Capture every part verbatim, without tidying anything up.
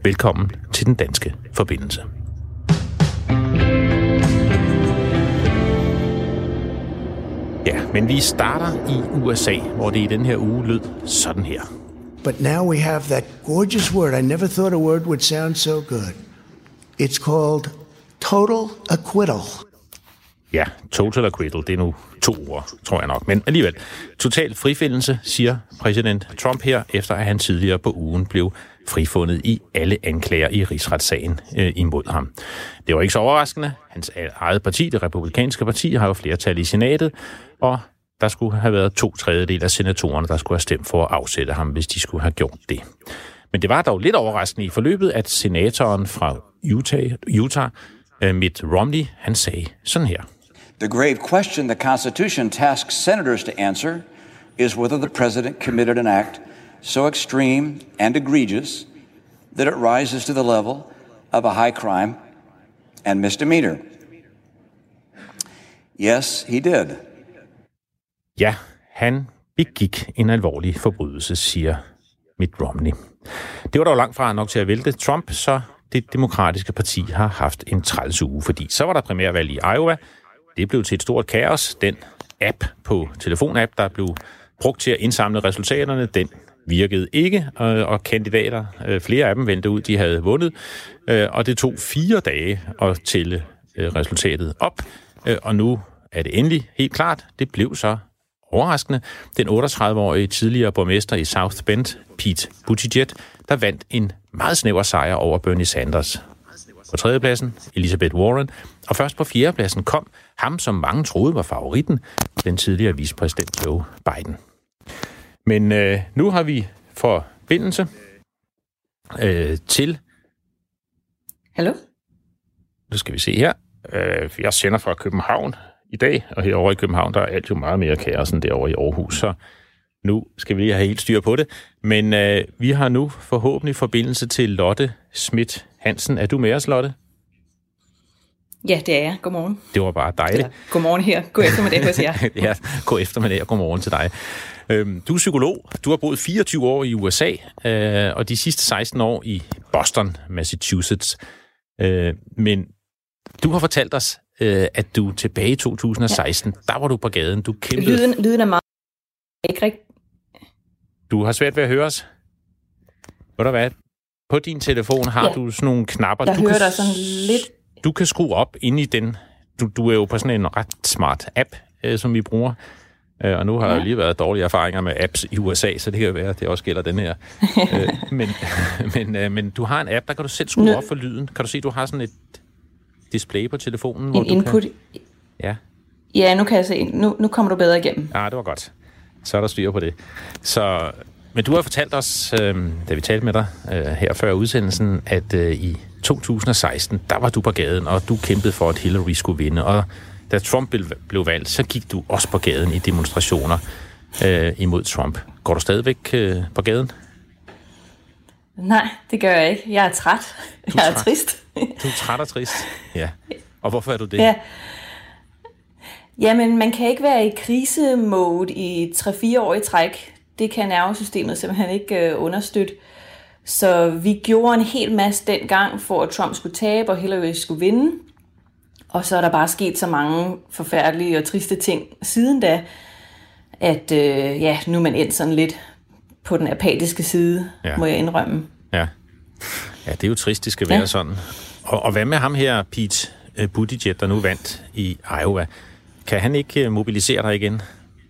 velkommen til den danske forbindelse. Ja, men vi starter i U S A, hvor det i den her uge lød sådan her. But now we have that gorgeous word. I never thought a word would sound so good. It's called total acquittal. Ja, total acquittal, det er nu to ord, tror jeg nok. Men alligevel, total frifindelse, siger præsident Trump her, efter at han tidligere på ugen blev frifundet i alle anklager i rigsretssagen øh, imod ham. Det var ikke så overraskende. Hans eget parti, det republikanske parti, har jo flertal i senatet, og der skulle have været to tredjedel af senatorerne, der skulle have stemt for at afsætte ham, hvis de skulle have gjort det. Men det var dog lidt overraskende i forløbet, at senatoren fra Utah, Utah Mitt Romney, han sagde sådan her. The grave question the Constitution tasks senators to answer is whether the president committed an act so extreme and egregious that it rises to the level of a high crime and misdemeanor. Yes, he did. Ja, han begik en alvorlig forbrydelse, siger Mitt Romney. Det var dog langt fra nok til at vælte Trump, så det demokratiske parti har haft en træls uge, fordi så var der primærvalg i Iowa. Det blev til et stort kaos. Den app på telefonapp, der blev brugt til at indsamle resultaterne, den virkede ikke, og kandidater, flere af dem vendte ud, de havde vundet, og det tog fire dage at tælle resultatet op, og nu er det endelig helt klart, det blev så overraskende. Den otteogtredive-årige tidligere borgmester i South Bend, Pete Buttigieg, der vandt en meget snæver sejr over Bernie Sanders. På tredjepladsen Elizabeth Warren, og først på fjerdepladsen kom ham, som mange troede var favoritten, den tidligere vicepræsident Joe Biden. Men øh, nu har vi forbindelse øh, til... Hallo? Nu skal vi se her. Øh, jeg sender fra København i dag, og herovre i København, der er alt jo meget mere kaos end derovre i Aarhus, så nu skal vi lige have helt styr på det. Men øh, vi har nu forhåbentlig forbindelse til Lotte Schmidt Hansen. Er du med os, Lotte? Ja, det er jeg. Godmorgen. Det var bare dejligt. Eller, godmorgen her. God eftermiddag hos jer. Ja, god eftermiddag og godmorgen til dig. Øhm, du er psykolog. Du har boet fireogtyve år i U S A, øh, og de sidste seksten år i Boston, Massachusetts. Øh, men du har fortalt os, øh, at du tilbage i to tusind og seksten, ja. Der var du på gaden. Du kæmpede... Lyden, lyden er meget... Ikke rigtigt. Du har svært ved at høre os. Ved du hvad? På din telefon har ja. du sådan nogle knapper. Jeg du hører kan, dig sådan lidt... Du kan skrue op ind i den. Du, du er jo på sådan en ret smart app, øh, som vi bruger. Øh, og nu har ja. der lige været dårlige erfaringer med apps i U S A, så det kan jo være, at det også gælder den her. øh, men, men, øh, men du har en app, der kan du selv skrue op for lyden. Kan du se, du har sådan et display på telefonen? En hvor du input? Kan... Ja. Ja, nu kan jeg se. Nu, nu kommer du bedre igennem. Ja, det var godt. Så er der styr på det. Så... Men du har fortalt os, øh, da vi talte med dig øh, her før udsendelsen, at øh, i to tusind og seksten, der var du på gaden, og du kæmpede for, at Hillary skulle vinde. Og da Trump blev valgt, så gik du også på gaden i demonstrationer øh, imod Trump. Går du stadigvæk øh, på gaden? Nej, det gør jeg ikke. Jeg er træt. Er jeg er træt. trist. Du er træt og trist? Ja. Og hvorfor er du det? Ja. Jamen, man kan ikke være i krisemode i tre-fire år i træk. Det kan nervesystemet simpelthen ikke øh, understøtte. Så vi gjorde en hel masse dengang, for at Trump skulle tabe, og Hillary skulle vinde. Og så er der bare sket så mange forfærdelige og triste ting siden da, at øh, ja, nu er man endt sådan lidt på den apatiske side, ja. må jeg indrømme. Ja. Ja, det er jo trist, det skal være ja. sådan. Og, og hvad med ham her, Pete Buttigieg, der nu vandt i Iowa? Kan han ikke mobilisere dig igen?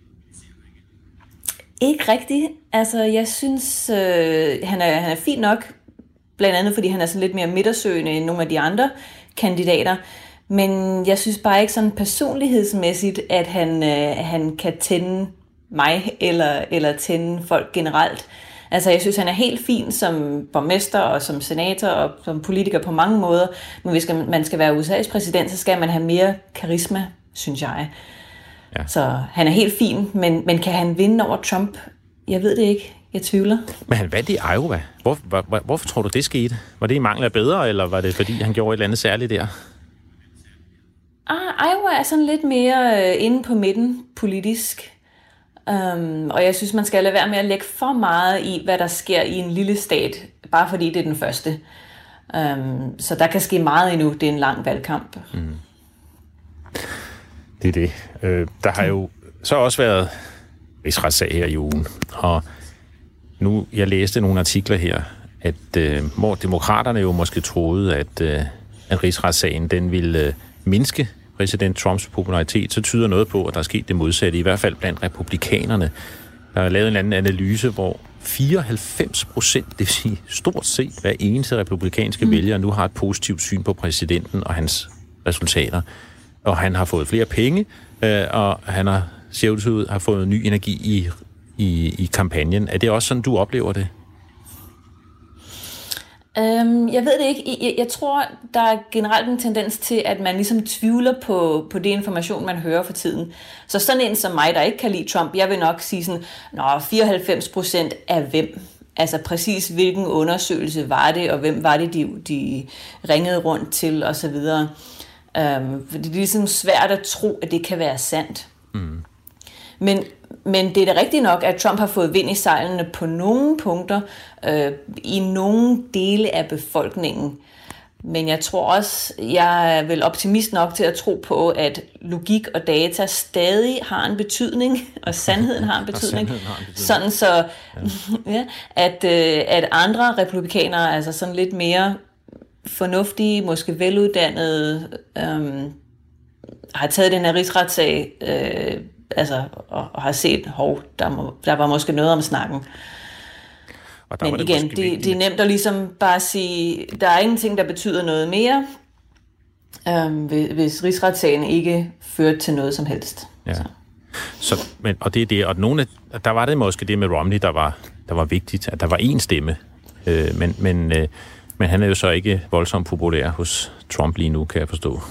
Ikke rigtigt. Altså, jeg synes, øh, han, er, han er fin nok, blandt andet fordi han er sådan lidt mere midtersøgende end nogle af de andre kandidater. Men jeg synes bare ikke sådan personlighedsmæssigt, at han, øh, han kan tænde mig eller, eller tænde folk generelt. Altså, jeg synes, han er helt fin som borgmester og som senator og som politiker på mange måder. Men hvis man skal være U S A's præsident, så skal man have mere karisma, synes jeg. Ja. Så han er helt fin, men, men kan han vinde over Trump? Jeg ved det ikke. Jeg tvivler. Men han vandt i Iowa. Hvor, hvor, hvor, hvorfor tror du, det skete? Var det i mangel af bedre, eller var det fordi, han gjorde et eller andet særligt der? Ah, Iowa er sådan lidt mere øh, inde på midten politisk. Um, og jeg synes, man skal lade være med at lægge for meget i, hvad der sker i en lille stat, bare fordi det er den første. Um, så der kan ske meget endnu. Det er en lang valgkamp. Mm. Det er det. Øh, der har jo så også været rigsretssag her i ugen, og nu, jeg læste nogle artikler her, at øh, hvor demokraterne jo måske troede, at, øh, at rigsretssagen den ville øh, mindske præsident Trumps popularitet, så tyder noget på, at der er sket det modsatte, i hvert fald blandt republikanerne. Der er lavet en eller anden analyse, hvor fireoghalvfems procent, det vil sige stort set hver eneste republikanske mm. vælger, nu har et positivt syn på præsidenten og hans resultater. Og han har fået flere penge, øh, og han har, ser ud har fået ny energi i, i, i kampagnen. Er det også sådan, du oplever det? Um, jeg ved det ikke. Jeg, jeg tror, der er generelt en tendens til, at man ligesom tvivler på, på det information, man hører for tiden. Så sådan en som mig, der ikke kan lide Trump, jeg vil nok sige sådan, nå, fireoghalvfems procent af hvem? Altså præcis hvilken undersøgelse var det, og hvem var det, de, de ringede rundt til, og så videre. Um, fordi det er ligesom svært at tro, at det kan være sandt. Mm. Men, men det er da rigtigt nok, at Trump har fået vind i sejlene på nogle punkter, øh, i nogle dele af befolkningen. Men jeg tror også, jeg er vel optimist nok til at tro på, at logik og data stadig har en betydning, og sandheden har en betydning. Har en betydning. Sådan så, ja. ja, at, øh, at andre republikanere, altså sådan lidt mere fornuftige, måske veluddannede, øh, har taget den her rigsretssag, øh, altså, og, og har set, hov, der, må, der var måske noget om snakken. Og der Men det igen, det, det er nemt at ligesom bare sige, der er ingenting, der betyder noget mere, øhm, hvis rigsretssagen ikke fører til noget som helst. Ja. Så. Så, men, og det er det, og nogle, der var det måske det med Romney, der var, der var vigtigt, at der var én stemme, øh, men, men, øh, men han er jo så ikke voldsomt populær hos Trump lige nu, kan jeg forstå.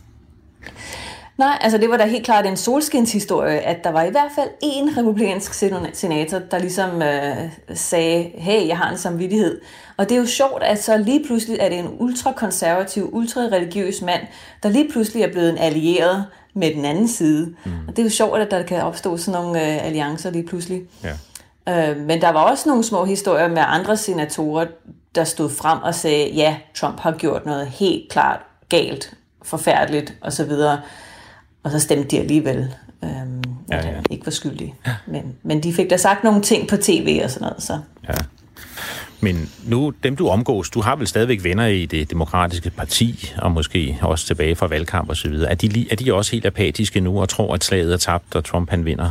Nej, altså det var da helt klart en solskinshistorie, at der var i hvert fald én republikansk senator, der ligesom øh, sagde, hey, jeg har en samvittighed. Og det er jo sjovt, at så lige pludselig er det en ultrakonservativ, ultrareligiøs mand, der lige pludselig er blevet en allieret med den anden side. Mm. Og det er jo sjovt, at der kan opstå sådan nogle øh, alliancer lige pludselig. Ja. Øh, men der var også nogle små historier med andre senatorer, der stod frem og sagde, ja, Trump har gjort noget helt klart galt, forfærdeligt osv., og så stemte de alligevel, øhm, at ja, ja. han ikke var skyldig. Ja. Men, men de fik da sagt nogle ting på tv og sådan noget. Så. Ja. Men nu, dem du omgås, du har vel stadigvæk venner i det demokratiske parti, og måske også tilbage fra valgkamp og så videre. Er de, er de også helt apatiske nu og tror, at slaget er tabt, og Trump han vinder?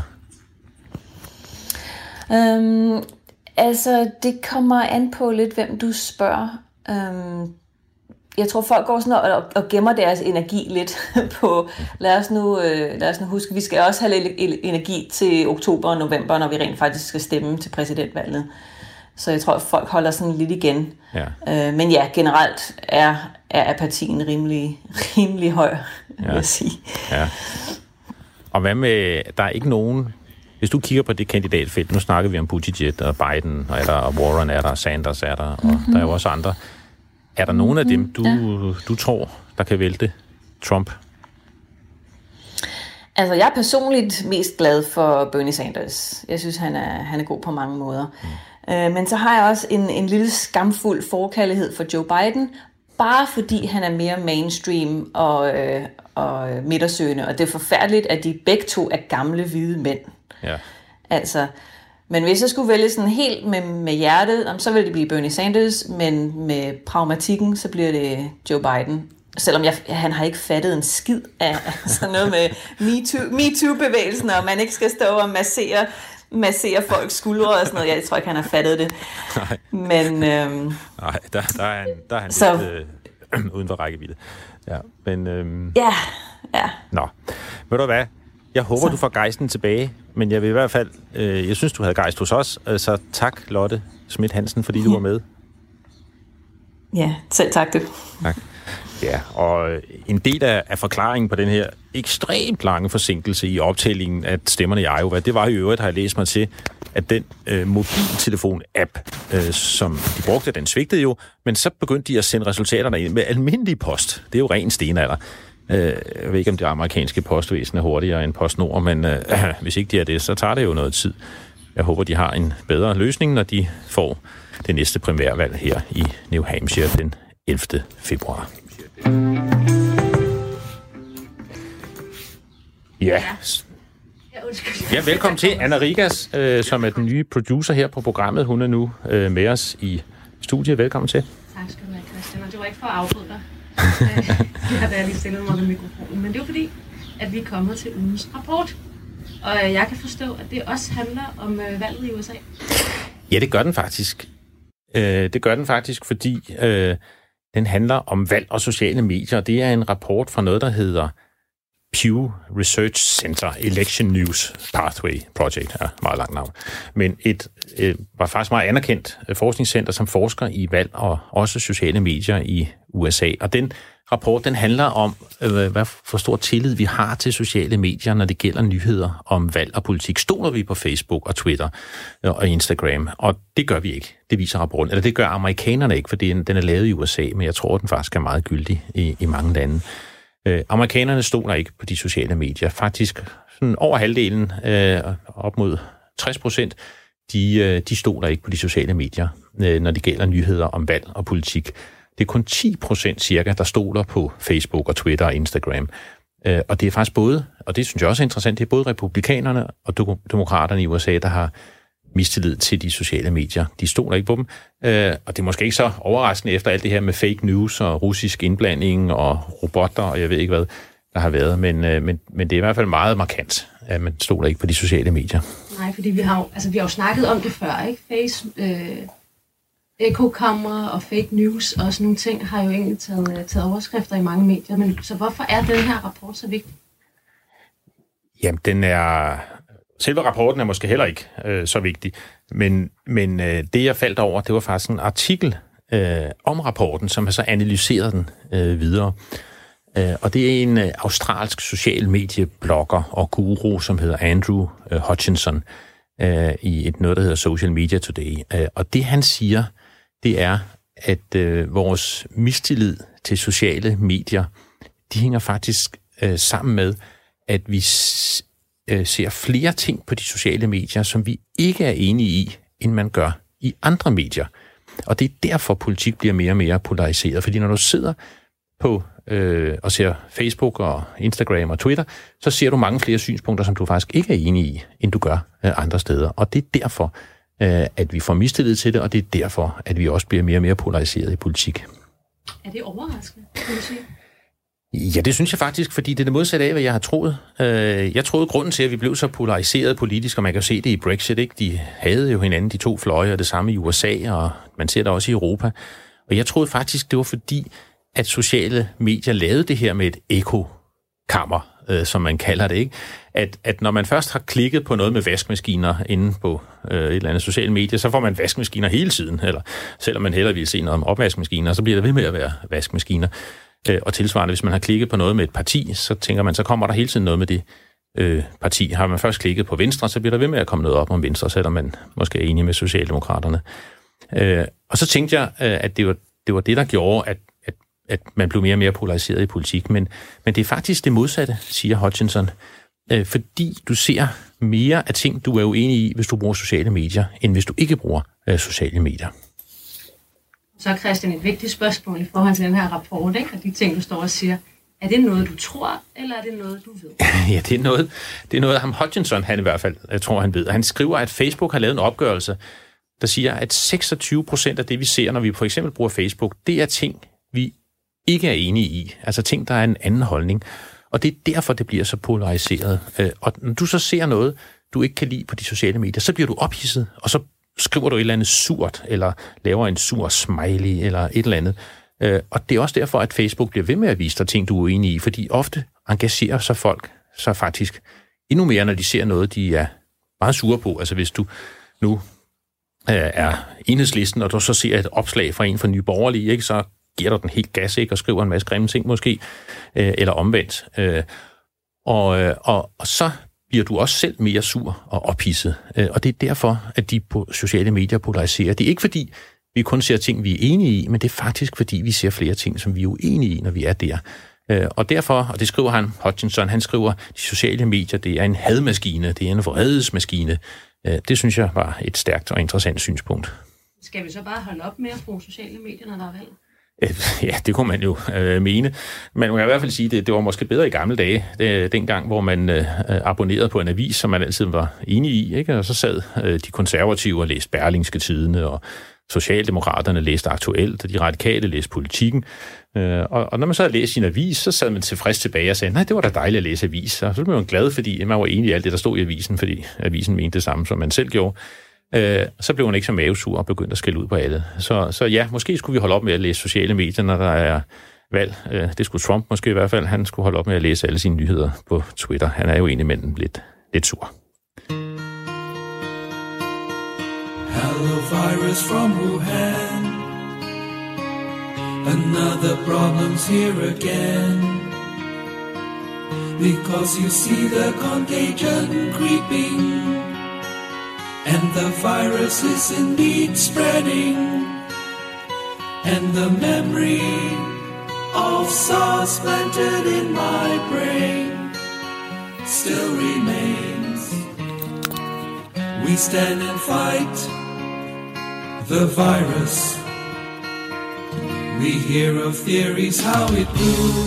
Øhm, altså, det kommer an på lidt, hvem du spørger. Øhm, Jeg tror, folk går sådan og, og gemmer deres energi lidt på, lad os, nu, øh, lad os nu huske, vi skal også have lidt energi til oktober og november, når vi rent faktisk skal stemme til præsidentvalget. Så jeg tror, at folk holder sådan lidt igen. Ja. Øh, men ja, generelt er, er apatien rimelig, rimelig høj, ja. vil jeg sige. Ja. Og hvad med, der er ikke nogen, hvis du kigger på det kandidatfelt, nu snakker vi om Buttigieg og Biden, og, er der, og Warren er der, Sanders er der, og mm-hmm. der er jo også andre. Er der nogen af dem, du, ja. du tror, der kan vælte Trump? Altså, jeg er personligt mest glad for Bernie Sanders. Jeg synes, han er, han er god på mange måder. Mm. Øh, men så har jeg også en, en lille skamfuld forkærlighed for Joe Biden, bare fordi han er mere mainstream og, øh, og midtersøgende. Og det er forfærdeligt, at de begge to er gamle, hvide mænd. Ja. Altså... Men hvis jeg skulle vælge sådan helt med, med hjertet, så ville det blive Bernie Sanders, men med pragmatikken, så bliver det Joe Biden. Selvom jeg, han har ikke fattet en skid af sådan noget med MeToo-bevægelsen, og man ikke skal stå og massere, massere folks skuldre og sådan noget. Jeg tror ikke, han har fattet det. Nej, men, øhm, Nej der, der er han, der er han så, lidt øh, uden for rækkevidde. Ja, men, øhm, ja, ja. Nå, ved du hvad? Jeg håber, så. du får gejsten tilbage, men jeg vil i hvert fald, øh, jeg synes, du havde gejst hos os, så tak, Lotte Schmidt Hansen, fordi du var med. Ja, selv tak du. Tak. Ja, og en del af, af forklaringen på den her ekstremt lange forsinkelse i optællingen af stemmerne i Iowa, det var i øvrigt, har jeg læst mig til, at den øh, mobiltelefon-app, øh, som de brugte, den svigtede jo, men så begyndte de at sende resultaterne ind med almindelig post. Det er jo ren stenalder. Jeg ved ikke, om det amerikanske postvæsen er hurtigere end PostNord, men øh, hvis ikke de er det, så tager det jo noget tid. Jeg håber, de har en bedre løsning, når de får det næste primærvalg her i New Hampshire den ellevte februar. Ja. Ja, velkommen til Anna Rigas, øh, som er den nye producer her på programmet. Hun er nu øh, med os i studiet. Velkommen til. Tak skal du have, Christian. Og det var ikke for at afbryde dig. Jeg har da lige stillet mig ved mikrofonen. Men det var fordi, at vi er kommet til ugens rapport. Og jeg kan forstå, at det også handler om øh, valget i U S A. Ja, det gør den faktisk. Øh, det gør den faktisk, fordi øh, den handler om valg og sociale medier. Det er en rapport fra noget, der hedder Pew Research Center Election News Pathway Project. Ja, meget langt navn. Men et øh, var faktisk meget anerkendt forskningscenter, som forsker i valg og også sociale medier i U S A. Og den rapport, den handler om, øh, hvad for stor tillid vi har til sociale medier, når det gælder nyheder om valg og politik. Stoler vi på Facebook og Twitter og Instagram? Og det gør vi ikke. Det viser rapporten. Eller det gør amerikanerne ikke, for den er lavet i U S A, men jeg tror, den faktisk er meget gyldig i, i mange lande. Øh, amerikanerne stoler ikke på de sociale medier. Faktisk sådan over halvdelen, øh, op mod tres procent, de, øh, de stoler ikke på de sociale medier, øh, når det gælder nyheder om valg og politik. Det er kun ti procent cirka, der stoler på Facebook og Twitter og Instagram. Øh, og det er faktisk både, og det synes jeg også er interessant, det er både republikanerne og demokraterne i U S A, der har mistillid til de sociale medier. De stoler ikke på dem. Øh, og det er måske ikke så overraskende efter alt det her med fake news og russisk indblanding og robotter og jeg ved ikke hvad, der har været. Men, øh, men, men det er i hvert fald meget markant, at man stoler ikke på de sociale medier. Nej, fordi vi har jo, altså, vi har jo snakket om det før, ikke? Face, øh, ekokamera og fake news og sådan nogle ting har jo egentlig taget, taget overskrifter i mange medier. Men så hvorfor er den her rapport så vigtig? Jamen, den er... Selve rapporten er måske heller ikke øh, så vigtig, men, men øh, det, jeg faldt over, det var faktisk en artikel øh, om rapporten, som har så analyseret den øh, videre. Øh, og det er en øh, australsk social medieblogger og guru, som hedder Andrew øh, Hutchinson, øh, i et noget, der hedder Social Media Today. Øh, og det, han siger, det er, at øh, vores mistillid til sociale medier, de hænger faktisk øh, sammen med, at vi s- ser flere ting på de sociale medier, som vi ikke er enige i, end man gør i andre medier. Og det er derfor, politik bliver mere og mere polariseret. Fordi når du sidder på øh, og ser Facebook og Instagram og Twitter, så ser du mange flere synspunkter, som du faktisk ikke er enig i, end du gør øh, andre steder. Og det er derfor, øh, at vi får mistillid til det, og det er derfor, at vi også bliver mere og mere polariseret i politik. Er det overraskende, kan du sige? Ja, det synes jeg faktisk, fordi det er det modsatte af, hvad jeg har troet. Jeg troede, grunden til, at vi blev så polariseret politisk, og man kan se det i Brexit, ikke? De havde jo hinanden, de to fløje, og det samme i U S A, og man ser det også i Europa. Og jeg troede faktisk, det var fordi, at sociale medier lavede det her med et ekokammer, øh, som man kalder det, ikke? At, at når man først har klikket på noget med vaskemaskiner inde på øh, et eller andet sociale medier, så får man vaskemaskiner hele tiden, eller selvom man hellere vil se noget om opvaskemaskiner, så bliver der ved med at være vaskemaskiner. Og tilsvarende, hvis man har klikket på noget med et parti, så tænker man, så kommer der hele tiden noget med det øh, parti. Har man først klikket på Venstre, så bliver der ved med at komme noget op om Venstre, selvom man måske er enig med Socialdemokraterne. Øh, og så tænkte jeg, at det var det, var det der gjorde, at, at, at man blev mere og mere polariseret i politik. Men, men det er faktisk det modsatte, siger Hutchinson. Øh, fordi du ser mere af ting, du er uenig i, hvis du bruger sociale medier, end hvis du ikke bruger øh, sociale medier. Så er Christian et vigtigt spørgsmål i forhold til den her rapport, ikke? Og de ting, du står og siger. Er det noget, du tror, eller er det noget, du ved? Ja, det er noget, det er noget ham Hutchinson, han i hvert fald, jeg tror, han ved. Han skriver, at Facebook har lavet en opgørelse, der siger, at seksogtyve procent af det, vi ser, når vi for eksempel bruger Facebook, det er ting, vi ikke er enige i. Altså ting, der er en anden holdning. Og det er derfor, det bliver så polariseret. Og når du så ser noget, du ikke kan lide på de sociale medier, så bliver du ophidset, og så skriver du et eller andet surt, eller laver en sur smiley, eller et eller andet. Og det er også derfor, at Facebook bliver ved med at vise dig ting, du er uenig i, fordi ofte engagerer sig folk så faktisk endnu mere, når de ser noget, de er meget sure på. Altså hvis du nu øh, er Enhedslisten, og du så ser et opslag fra en fra Nye Borgerlige, ikke, så giver du den helt gas, ikke, og skriver en masse grimme ting måske, øh, eller omvendt. Øh, og, og, og så bliver du også selv mere sur og ophidset. Øh, og det er derfor, at de på sociale medier polariserer. Det er ikke fordi, vi kun ser ting, vi er enige i, men det er faktisk, fordi vi ser flere ting, som vi er uenige i, når vi er der. Og derfor, og det skriver han, Hutchinson, han skriver, de sociale medier, det er en hadmaskine, det er en vredesmaskine. Det synes jeg var et stærkt og interessant synspunkt. Skal vi så bare holde op med at bruge sociale medier, når der er valg? Ja, det kunne man jo øh, mene. Man må i hvert fald sige, at det, det var måske bedre i gamle dage, det, dengang, hvor man øh, abonnerede på en avis, som man altid var enig i, ikke? Og så sad øh, de konservative og læste Berlingske Tidende, og Socialdemokraterne læste Aktuelt, og de radikale læste Politikken. Øh, og, og når man så havde læst sin avis, så sad man tilfreds tilbage og sagde, nej, det var da dejligt at læse avis. Og så blev man glad, fordi man var enig i alt det, der stod i avisen, fordi avisen mente det samme, som man selv gjorde. Øh, så blev hun ikke så mavesur og begyndte at skælde ud på alle. Så, så ja, måske skulle vi holde op med at læse sociale medier, når der er valg. Øh, det skulle Trump måske i hvert fald. Han skulle holde op med at læse alle sine nyheder på Twitter. Han er jo indimellem lidt, lidt sur. Hello virus from Wuhan. Another problem's here again. Because you see the contagion creeping. And the virus is indeed spreading. And the memory of SARS planted in my brain still remains. We stand and fight the virus. We hear of theories how it grew.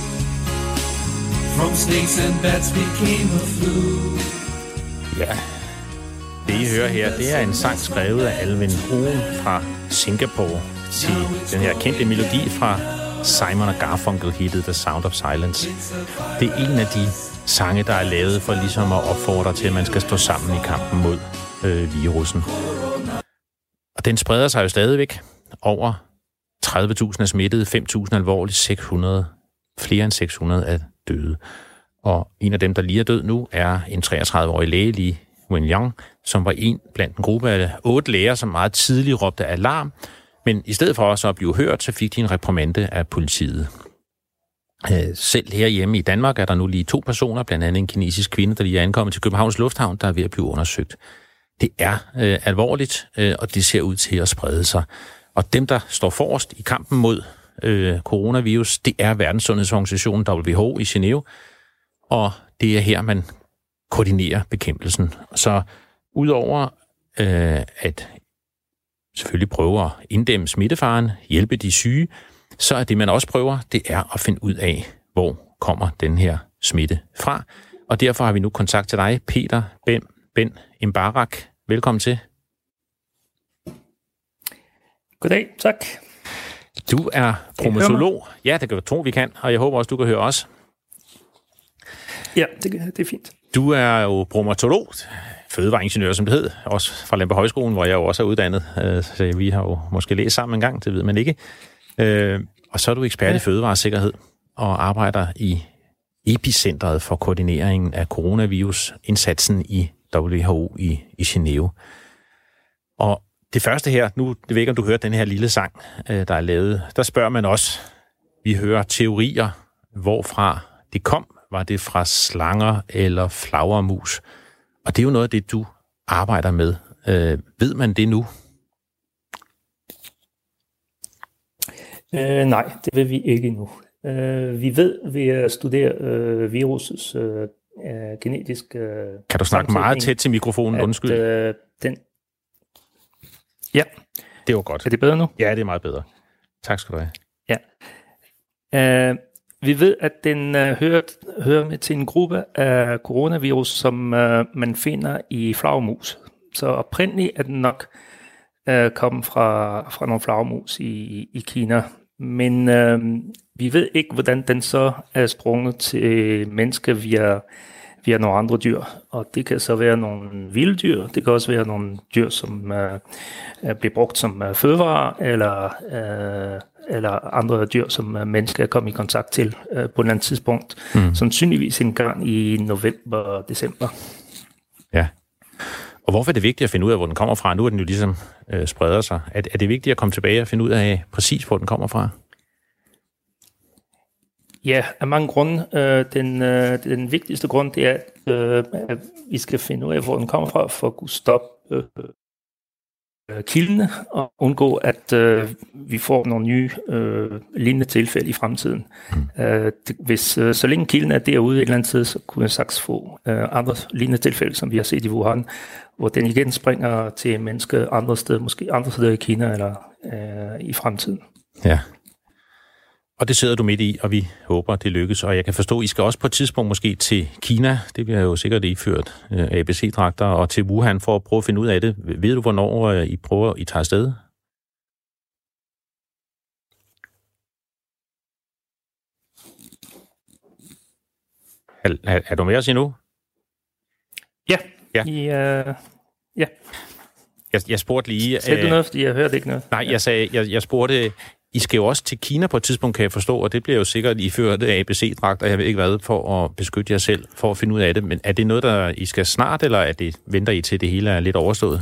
From snakes and bats became a flu. Ja. Det, I hører her, det er en sang skrevet af Alvin Hohn fra Singapore til den her kendte melodi fra Simon og Garfunkel-hittet The Sound of Silence. Det er en af de sange, der er lavet for ligesom at opfordre til, at man skal stå sammen i kampen mod øh, virusen. Og den spreder sig jo stadigvæk. Over tredive tusind er smittet, fem tusind alvorligt, seks hundrede, flere end seks hundrede er døde. Og en af dem, der lige er død nu, er en treogtredive-årig læge, Li Wenliang, som var en blandt en gruppe af otte læger, som meget tidligt råbte alarm. Men i stedet for så at blive hørt, så fik de en reprimande af politiet. Selv herhjemme i Danmark er der nu lige to personer, blandt andet en kinesisk kvinde, der lige er ankommet til Københavns Lufthavn, der er ved at blive undersøgt. Det er øh, alvorligt, øh, og det ser ud til at sprede sig. Og dem, der står forrest i kampen mod øh, coronavirus, det er Verdenssundhedsorganisationen W H O i Genève, og det er her, man koordinerer bekæmpelsen. Så udover øh, at selvfølgelig prøve at inddæmme smittefaren, hjælpe de syge, så er det, man også prøver, det er at finde ud af, hvor kommer den her smitte fra. Og derfor har vi nu kontakt til dig, Peter Ben, ben Mbarak. Velkommen til. Goddag, tak. Du er bromatolog. Ja, det kan du tro, vi kan, og jeg håber også, du kan høre os. Ja, det, det er fint. Du er jo bromatolog, fødevareingeniør, som det hed, også fra Lempe Højskolen, hvor jeg jo også er uddannet. Så vi har jo måske læst sammen en gang, det ved man ikke. Og så er du ekspert ja. i fødevaresikkerhed og arbejder i epicentret for koordineringen af coronavirus-indsatsen i W H O i, i Genève. Og det første her, nu det ved ikke, om du hørte den her lille sang, der er lavet, der spørger man også, vi hører teorier, hvorfra det kom. Var det fra slanger eller flagermus? Og det er jo noget af det, du arbejder med. Øh, ved man det nu? Øh, nej, det ved vi ikke endnu. Øh, vi ved ved at studere øh, virusets øh, genetiske øh, Kan du snakke meget tæt til mikrofonen? At, Undskyld. Øh, den... Ja. Det var godt. Er det bedre nu? Ja, det er meget bedre. Tak skal du have. Ja. Øh, Vi ved, at den uh, hører, hører med til en gruppe af coronavirus, som uh, man finder i flagermus. Så oprindeligt er den nok uh, kommet fra, fra nogle flagermus i, i Kina. Men uh, vi ved ikke, hvordan den så er sprunget til mennesker via, via nogle andre dyr. Og det kan så være nogle vilde dyr. Det kan også være nogle dyr, som uh, bliver brugt som uh, fødevare, eller... Uh, eller andre dyr, som mennesker er kommet i kontakt til øh, på et eller andet tidspunkt. Mm. Sandsynligvis en gang i november og december. Ja. Og hvorfor er det vigtigt at finde ud af, hvor den kommer fra? Nu er den jo ligesom øh, spreder sig. Er, er det vigtigt at komme tilbage og finde ud af præcis, hvor den kommer fra? Ja, af mange grunde. Øh, den, øh, den vigtigste grund, det er, at, øh, at vi skal finde ud af, hvor den kommer fra, for at kunne stoppe øh, kildene og undgå, at øh, vi får nogle nye øh, lignende tilfælde i fremtiden. Mm. Øh, det, hvis øh, så længe kilden er derude et eller andet sted, så kunne vi sagtens få øh, andre lignende tilfælde, som vi har set i Wuhan, hvor den igen springer til mennesker andre steder, måske andre steder i Kina eller øh, i fremtiden. Ja, Og det sidder du midt i, og vi håber, det lykkes. Og jeg kan forstå, I skal også på et tidspunkt måske til Kina. Det bliver jo sikkert iført A B C-dragter, og til Wuhan for at prøve at finde ud af det. Ved du, hvornår I prøver, I tager afsted? Er, er, er du med os endnu? Ja. Ja. I, uh, ja. Jeg, jeg spurgte lige... Sagde du noget, fordi jeg hørte ikke noget? Nej, jeg sagde, jeg, jeg spurgte... I skal jo også til Kina på et tidspunkt, kan jeg forstå, og det bliver jo sikkert iført A B C-dragter, jeg ved ikke hvad, for at beskytte jer selv, for at finde ud af det. Men er det noget, der I skal snart, eller er det, venter I til, det hele er lidt overstået?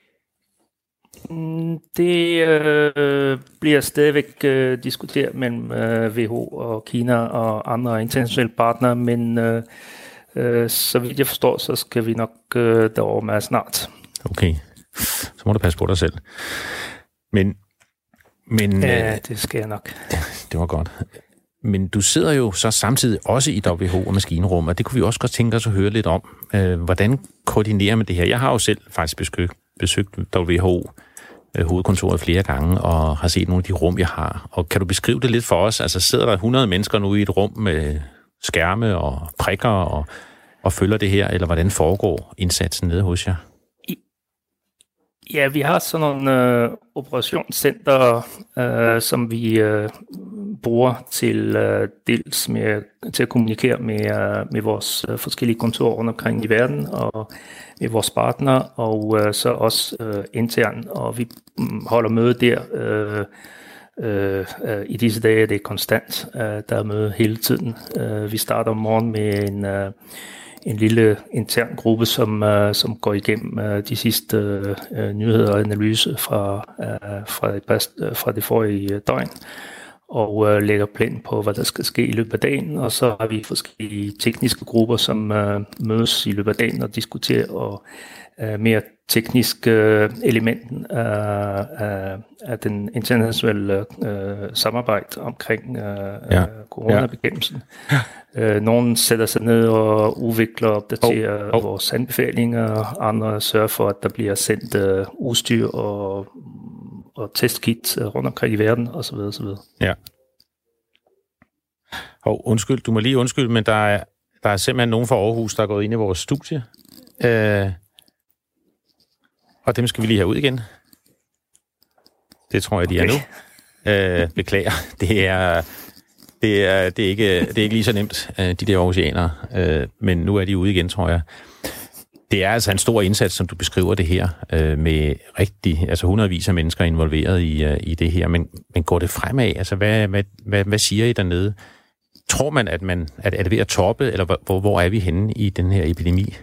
Det øh, bliver stadigvæk øh, diskuteret mellem øh, W H O og Kina og andre internationale partnere, men øh, øh, så vidt jeg forstår, så skal vi nok øh, derover med snart. Okay, så må du passe på dig selv. Men... men ja, øh, det skal jeg nok. Det var godt. Men du sidder jo så samtidig også i W H O og maskinrum, og det kunne vi også godt tænke os at høre lidt om. Øh, hvordan koordinerer man det her? Jeg har jo selv faktisk besøgt, besøgt W H O hovedkontoret flere gange, og har set nogle af de rum, jeg har. Og kan du beskrive det lidt for os? Altså sidder der hundrede mennesker nu i et rum med skærme og prikker og, og følger det her, eller hvordan foregår indsatsen nede hos jer? Ja, vi har sådan nogle øh, operationscenter, øh, som vi øh, bruger til øh, dels med, til at kommunikere med, øh, med vores øh, forskellige kontorer rundt omkring i verden, og med vores partnere, og øh, så også øh, internt, og vi holder møde der. Øh, øh, øh, I disse dage er det konstant, øh, der er møde hele tiden. Øh, vi starter om morgenen med en... Øh, en lille intern gruppe, som, uh, som går igennem uh, de sidste uh, nyheder og analyse fra, uh, fra, det, uh, fra det forrige døgn, og uh, lægger plan på, hvad der skal ske i løbet af dagen. Og så har vi forskellige tekniske grupper, som uh, mødes i løbet af dagen og diskuterer og uh, mere tekniske uh, elementen af, af, af den internationale uh, samarbejde omkring uh, ja. coronabekæmpelsen. Ja. Uh, nogle sætter sig ned og udvikler og opdaterer oh, oh. vores anbefalinger, andre sørger for, at der bliver sendt uh, udstyr og, og testkit uh, rundt omkring i verden osv. osv. Ja. Og undskyld, du må lige undskylde, men der er, der er simpelthen nogen fra Aarhus, der er gået ind i vores studie. Uh, og dem skal vi lige have ud igen. Det tror jeg, de okay. er nu. Uh, beklager. Det er... Det er, det, er ikke, det er ikke lige så nemt, de der aarhusianere, men nu er de ude igen, tror jeg. Det er altså en stor indsats, som du beskriver det her, med rigtig, altså hundredvis af mennesker involveret i, i det her, men, men går det fremad? Altså, hvad, hvad, hvad, hvad siger I dernede? Tror man, at man at, er det ved at toppe, eller hvor, hvor er vi henne i den her epidemi?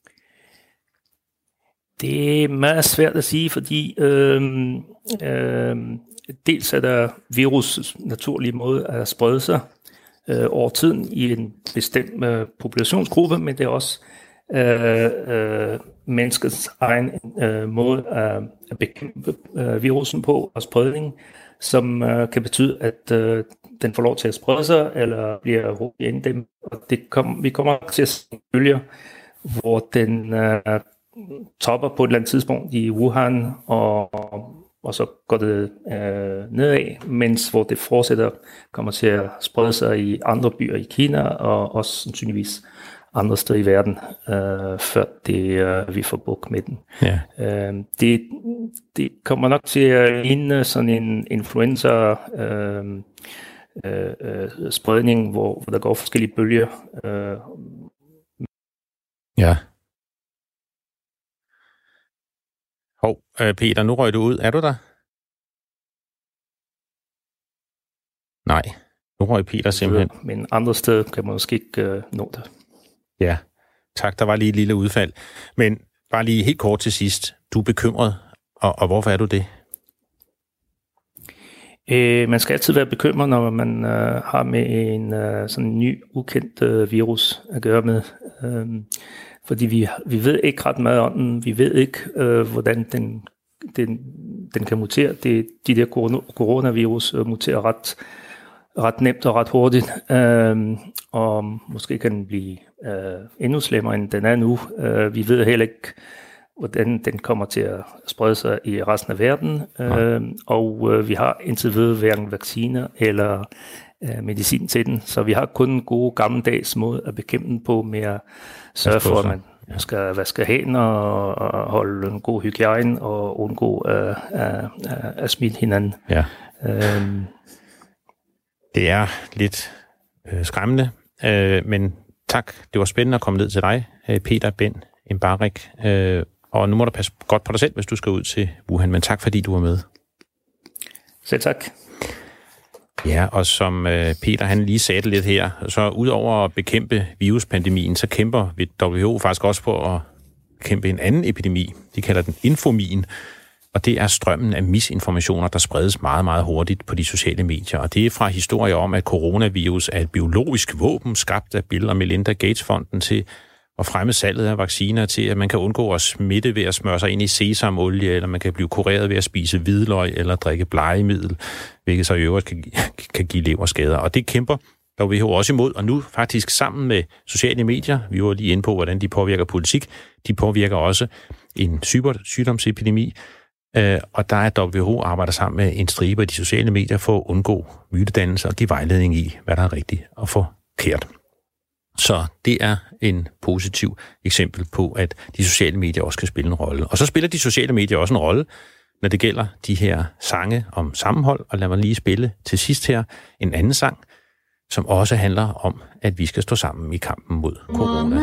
Det er meget svært at sige, fordi øh, øh, dels er der virus' naturlige måde at sprede sig øh, over tiden i en bestemt øh, populationsgruppe, men det er også øh, øh, menneskets egen øh, måde at, at bekæmpe øh, virusen på og spredning, som øh, kan betyde, at øh, den får lov til at sprede sig eller bliver hurtigt inddæmmet. Og det kom, vi kommer til at se bølger, hvor den øh, topper på et eller andet tidspunkt i Wuhan, og, og så går det øh, nedad, mens hvor det fortsætter, kommer til at sprede sig i andre byer i Kina, og også sandsynligvis andre steder i verden, øh, før det, øh, vi får bukt med den. Ja. Øh, det, det kommer nok til at ligne sådan en influenza øh, øh, øh, spredning, hvor, hvor der går forskellige bølger. Øh. Ja. Hov, øh, Peter, nu røg du ud. Er du der? Nej, nu røg Peter simpelthen. Men andre steder kan man måske ikke øh, nå det. Ja, tak. Der var lige et lille udfald. Men bare lige helt kort til sidst. Du er bekymret, og, og hvorfor er du det? Øh, man skal altid være bekymret, når man øh, har med en øh, sådan en ny, ukendt øh, virus at gøre med. Øh, fordi vi, vi ved ikke ret meget om den. Vi ved ikke, øh, hvordan den, den, den kan mutere. Det, de der coronavirus øh, muterer ret, ret nemt og ret hurtigt. Øh, og måske kan den blive øh, endnu slemmere, end den er nu. Øh, vi ved heller ikke hvordan den kommer til at sprede sig i resten af verden. Øh, og øh, vi har indtil videre hverken vacciner eller øh, medicin til den, så vi har kun en god gammeldags måde at bekæmpe den på med at sørge for, at man ja. skal vaske hænder og, og holde en god hygiejne og undgå at, at, at, at smitte hinanden. Ja. Øhm. Det er lidt øh, skræmmende, øh, men tak. Det var spændende at komme ned til dig, Peter Ben Embarek. Øh, og nu må du passe godt på dig selv, hvis du skal ud til Wuhan, men tak fordi du var med. Selv tak. Ja, og som øh, Peter han lige sagde det lidt her, så udover at bekæmpe viruspandemien, så kæmper W H O faktisk også på at bekæmpe en anden epidemi. De kalder den infomien, og det er strømmen af misinformationer, der spredes meget, meget hurtigt på de sociale medier. Og det er fra historier om, at coronavirus er et biologisk våben, skabt af Bill og Melinda Gates-fonden til at fremme salget af vacciner, til at man kan undgå at smitte ved at smøre sig ind i sesamolie, eller man kan blive kureret ved at spise hvidløg eller drikke blegemiddel, hvilket så i øvrigt kan, kan give leverskader. Og det kæmper W H O også imod, og nu faktisk sammen med sociale medier, vi var lige inde på, hvordan de påvirker politik, de påvirker også en sygdomsepidemi, og der er W H O arbejder sammen med en stribe af de sociale medier for at undgå mytedannelse og give vejledning i, hvad der er rigtigt og forkert. Så det er en positiv eksempel på, at de sociale medier også kan spille en rolle. Og så spiller de sociale medier også en rolle, når det gælder de her sange om sammenhold. Og lad mig lige spille til sidst her en anden sang, som også handler om, at vi skal stå sammen i kampen mod corona.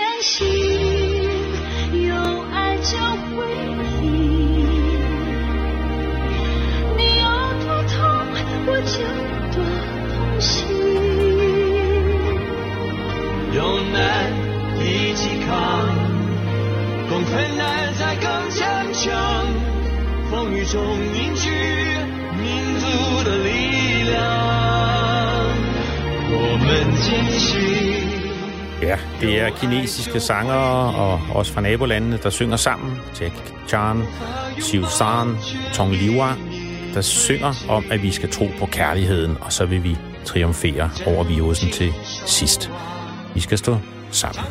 Ja, det er kinesiske sangere og også fra nabolandene, der synger sammen. Jackie Chan, Xiu San, Tong Liwa, der synger om, at vi skal tro på kærligheden, og så vil vi triumfere over virusen til sidst. Vi skal stå sammen.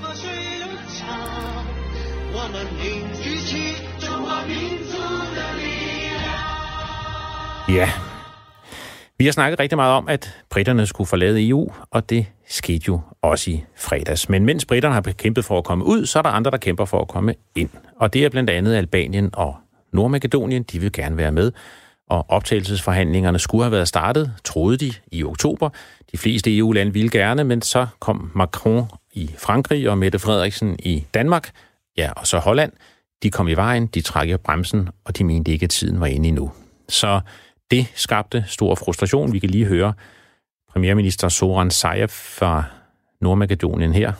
Ja, vi har snakket rigtig meget om, at britterne skulle forlade E U, og det skete jo også i fredags. Men mens britterne har kæmpet for at komme ud, så er der andre, der kæmper for at komme ind. Og det er blandt andet Albanien og Nordmakedonien, de vil gerne være med. Og optagelsesforhandlingerne skulle have været startet, troede de, i oktober. De fleste E U-lande ville gerne, men så kom Macron i Frankrig og Mette Frederiksen i Danmark. Ja, og så Holland. De kom i vejen, de trak i bremsen, og de mente ikke, at tiden var inde endnu. Så det skabte stor frustration. Vi kan lige høre premierminister Zoran Zaev fra Nordmakedonien her.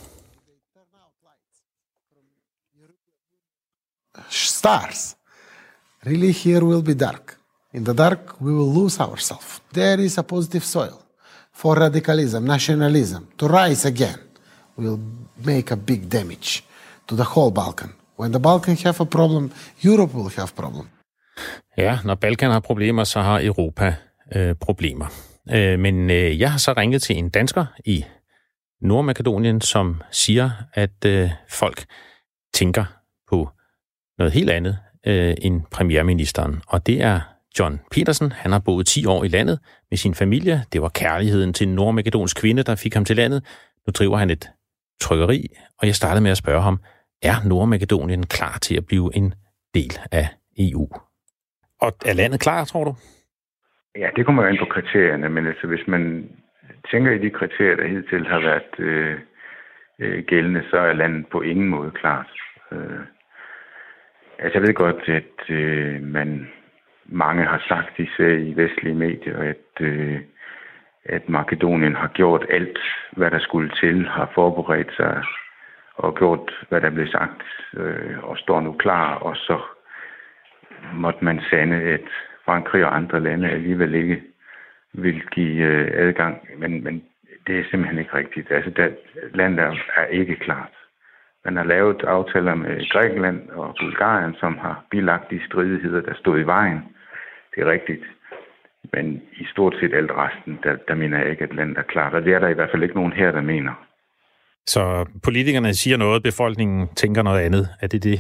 Stars. Really here will be dark. In the dark we will lose ourselves. There is a positive soil for radicalism, nationalism to rise again. Will make a big damage to the whole Balkan. When the Balkan have a problem, Europe will have problem. Ja, når Balkan har problemer, så har Europa øh, problemer. Øh, men øh, jeg har så ringet til en dansker i Nordmakedonien, som siger, at øh, folk tænker på noget helt andet øh, end premierministeren. Og det er John Petersen. Han har boet ti år i landet med sin familie. Det var kærligheden til en nordmakedonsk kvinde, der fik ham til landet. Nu driver han et trykkeri, og jeg startede med at spørge ham, er Nordmakedonien klar til at blive en del af E U? Og er landet klar, tror du? Ja, det kommer jo ind på kriterierne, men altså hvis man tænker i de kriterier, der hidtil har været øh, øh, gældende, så er landet på ingen måde klart. Øh, altså jeg ved godt, at øh, man mange har sagt, især i vestlige medier, at, øh, at Makedonien har gjort alt, hvad der skulle til, har forberedt sig og gjort, hvad der blev sagt, øh, og står nu klar, og så måtte man sande, at Frankrig og andre lande alligevel ikke vil give øh, adgang, men, men det er simpelthen ikke rigtigt. Altså, der, landet er, er ikke klart. Man har lavet aftaler med Grækenland og Bulgarien, som har bilagt de stridigheder, der stod i vejen. Det er rigtigt. Men i stort set alt resten, der, der mener jeg ikke, at landet er klart. Og det er der i hvert fald ikke nogen her, der mener. Så politikerne siger noget, befolkningen tænker noget andet. Er det det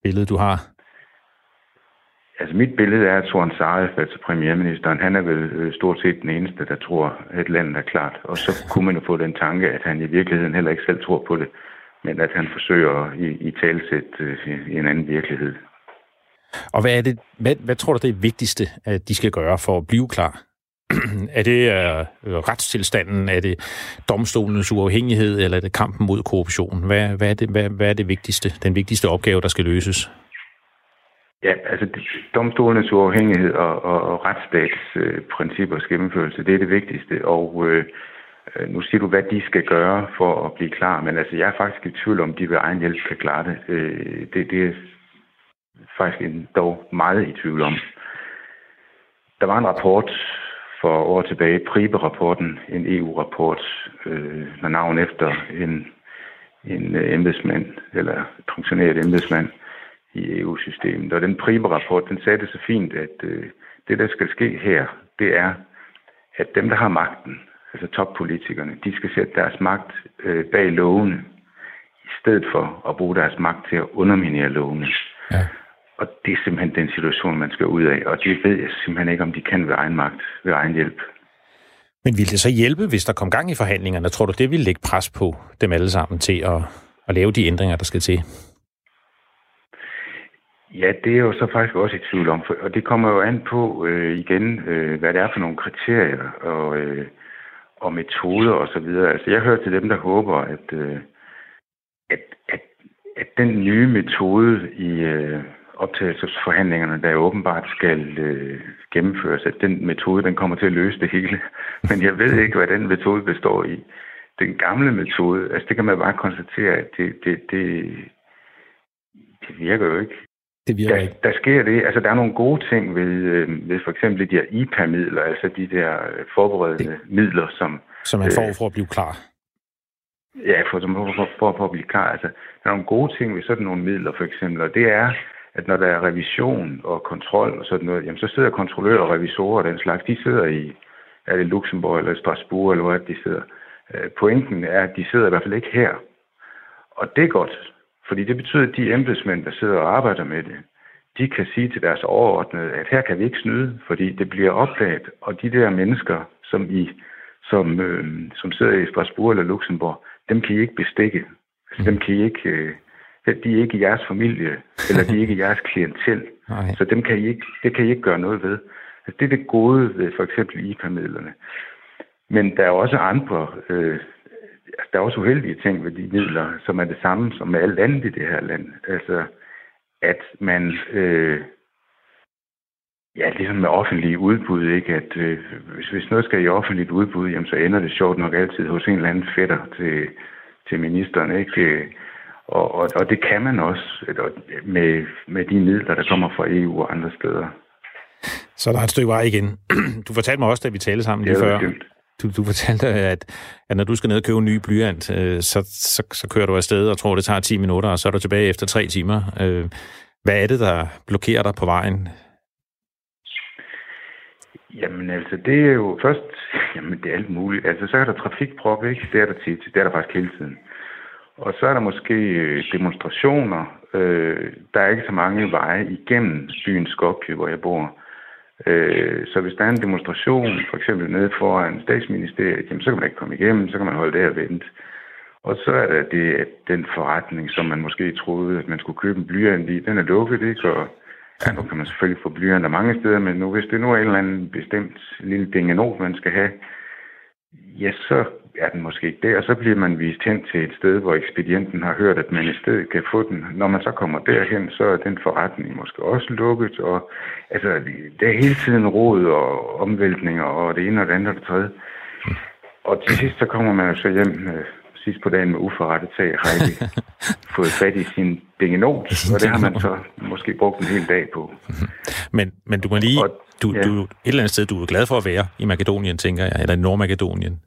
billede, du har? Altså mit billede er, at Zoran Zaev, altså premierministeren, han er vel stort set den eneste, der tror, at landet er klart. Og så kunne man jo få den tanke, at han i virkeligheden heller ikke selv tror på det, men at han forsøger at i, i talsæt uh, i en anden virkelighed. Og hvad er det, hvad, hvad tror du, det er vigtigste, at de skal gøre for at blive klar? Er det uh, retstilstanden? Er det domstolens uafhængighed? Eller er det kampen mod korruption? Hvad, hvad, er det, hvad, hvad er det vigtigste, den vigtigste opgave, der skal løses? Ja, altså domstolenes uafhængighed og, og, og retsstatsprincippers øh, gennemførelse, det er det vigtigste. Og øh, nu siger du, hvad de skal gøre for at blive klar. Men altså, jeg er faktisk i tvivl om, de ved egen hjælp kan klare det. Øh, det, det er faktisk en, dog meget i tvivl om. Der var en rapport for år tilbage, Pribe-rapporten, en E U-rapport, øh, med navn efter en, en embedsmand, eller funktioneret embedsmand i E U-systemet. Og den Pribe-rapport, den sagde det så fint, at øh, det, der skal ske her, det er, at dem, der har magten, altså toppolitikerne, de skal sætte deres magt øh, bag lovene, i stedet for at bruge deres magt til at underminere lovene. Ja. Og det er simpelthen den situation, man skal ud af. Og det ved jeg simpelthen ikke, om de kan ved egen magt, ved egen hjælp. Men ville det så hjælpe, hvis der kom gang i forhandlingerne? Tror du, det ville lægge pres på dem alle sammen til at, at lave de ændringer, der skal til? Ja, det er jo så faktisk også i tvivl om. Og det kommer jo an på øh, igen, øh, hvad det er for nogle kriterier og, øh, og metoder osv. Altså, jeg hører til dem, der håber, at, øh, at, at, at den nye metode i øh, optagelsesforhandlingerne, der åbenbart skal øh, gennemføres, at den metode, den kommer til at løse det hele. Men jeg ved ikke, hvad den metode består i. Den gamle metode, altså det kan man bare konstatere, at det, det, det, det virker jo ikke. Det virker der, ikke. Der sker det. Altså, der er nogle gode ting ved, øh, ved for eksempel de her I P A-midler, altså de der forberedende det, midler, som... Som man får øh, for at blive klar. Ja, for, for, for, for at blive klar. Altså, der er nogle gode ting ved sådan nogle midler, for eksempel, og det er, at når der er revision og kontrol og sådan noget, jamen, så sidder kontrollører og revisorer og den slags, de sidder i, er det Luxembourg eller Strasbourg, eller hvor de sidder. Øh, pointen er, at de sidder i hvert fald ikke her. Og det er godt. Fordi det betyder, at de embedsmænd, der sidder og arbejder med det, de kan sige til deres overordnede, at her kan vi ikke snyde, fordi det bliver opdaget. Og de der mennesker, som, I, som, øh, som sidder i Strasbourg eller Luxembourg, dem kan I ikke bestikke. Altså, dem kan I ikke, øh, de er ikke i jeres familie, eller de er ikke i jeres klientel. Så dem kan I ikke, det kan I ikke gøre noget ved. Altså, det er det gode ved for eksempel I P A-midlerne. Men der er også andre... Øh, Der er også uheldige ting ved de midler, som er det samme som med alt andet i det her land. Altså, at man, øh, ja, ligesom med offentlige udbud, ikke? At øh, hvis, hvis noget skal i offentligt udbud, jamen, så ender det sjovt nok altid hos en eller anden fætter til, til ministeren, ikke? Og, og, og det kan man også med, med de midler, der kommer fra E U og andre steder. Så der er et stykke vej igen. Du fortalte mig også, da vi talte sammen lige før. Du, du fortalte, at, at når du skal ned og købe en ny blyant, øh, så, så, så kører du afsted og tror, det tager ti minutter, og så er du tilbage efter tre timer. Øh, hvad er det, der blokerer dig på vejen? Jamen altså, det er jo først... Jamen, det er alt muligt. Altså, så er der trafikprop, ikke? Det er der tit. Det er der faktisk hele tiden. Og så er der måske demonstrationer. Øh, der er ikke så mange veje igennem byen Skopje, hvor jeg bor. Så hvis der er en demonstration, for eksempel nede foran statsministeriet, jamen, så kan man ikke komme igennem, så kan man holde der og vente. Og så er der det, at den forretning, som man måske troede, at man skulle købe en blyant i, den er lukket, ikke? Og ja, nu kan man selvfølgelig få blyanter mange steder, men nu, hvis det nu er en eller anden bestemt lille dingenot, man skal have, ja, så er den måske ikke der, og så bliver man vist hen til et sted, hvor ekspedienten har hørt, at man i stedet kan få den. Når man så kommer derhen, så er den forretning måske også lukket, og altså, der er hele tiden rod og omvæltninger, og det ene og det andet og det tredje. Og til sidst, så kommer man jo så hjem øh, sidst på dagen med uforrettet sag, har ikke fået fat i sin dingenot, og det har man så måske brugt en hel dag på. Men, men du må lige, og, du, ja. du, et eller andet sted, du er glad for at være i Makedonien, tænker jeg, eller i Nordmakedonien.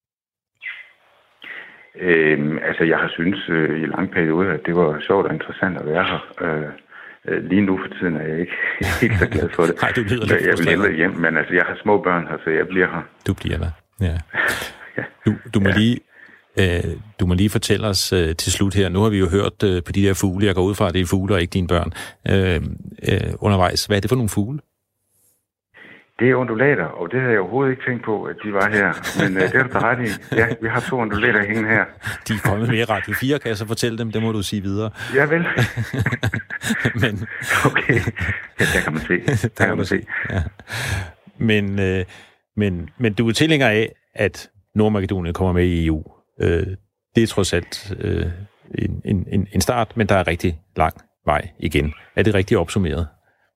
Øhm, altså, jeg har syntes øh, i lang periode, at det var sjovt og interessant at være her. Øh, lige nu for tiden er jeg ikke helt så glad for det. Nej, du lyder lidt jeg vil hellere hjem, men altså, jeg har små børn her, så jeg bliver her. Du bliver der, ja. ja. Du, du må ja. lige Øh, du må lige fortælle os øh, til slut her. Nu har vi jo hørt øh, på de der fugle. Jeg går ud fra, at det er fugle og ikke dine børn. Øh, øh, undervejs. Hvad er det for nogle fugle? Det er undulater, og det havde jeg overhovedet ikke tænkt på, at de var her. Men øh, det er du ret i. Ja, vi har to undulater hængende her. De er kommet med i Radio fire, kan jeg så fortælle dem? Det må du sige videre. Ja, vel. Men... Okay. Ja, der kan man se. Der, der kan man se. Ja. Men, øh, men, men du er tilhænger af, at Nordmakedonien kommer med i E U. Øh, det er trods alt øh, en, en, en start, men der er rigtig lang vej igen. Er det rigtig opsummeret?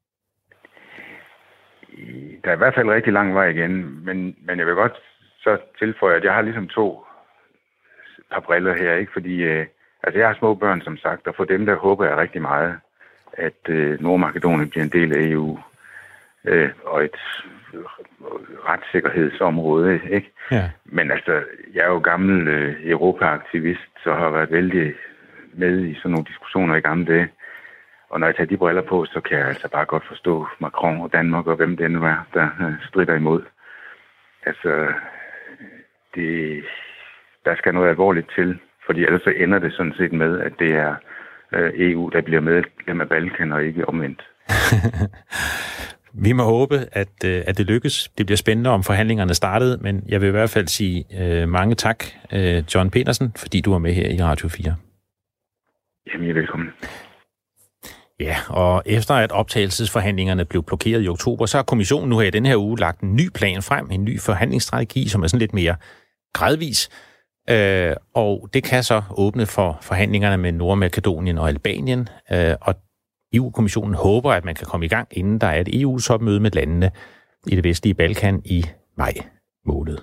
Der er i hvert fald rigtig lang vej igen, men, men jeg vil godt så tilføje, at jeg har ligesom to par briller her, ikke? Fordi øh, altså jeg har små børn, som sagt, og for dem der håber jeg rigtig meget, at øh, Nordmakedonien bliver en del af E U øh, og et retssikkerhedsområde, ikke? Ja. Men altså, jeg er jo gammel øh, Europa-aktivist, så har været vældig med i sådan nogle diskussioner i gamle dage. Og når jeg tager de briller på, så kan jeg altså bare godt forstå Macron og Danmark og hvem det nu er, der øh, strider imod. Altså, det, der skal noget alvorligt til, fordi ellers så ender det sådan set med, at det er øh, E U, der bliver medlem af Balkan og ikke omvendt. Vi må håbe, at, at det lykkes. Det bliver spændende, om forhandlingerne startede, men jeg vil i hvert fald sige uh, mange tak, uh, John Petersen, fordi du var med her i Radio fire. Jamen, I er velkommen. Ja, og efter at optagelsesforhandlingerne blev blokeret i oktober, så har kommissionen nu her i denne her uge lagt en ny plan frem, en ny forhandlingsstrategi, som er sådan lidt mere gradvis. Uh, og det kan så åbne for forhandlingerne med Nordmakedonien og Albanien, uh, og E U-kommissionen håber, at man kan komme i gang, inden der er et E U-topmøde med landene i det vestlige Balkan i maj måned.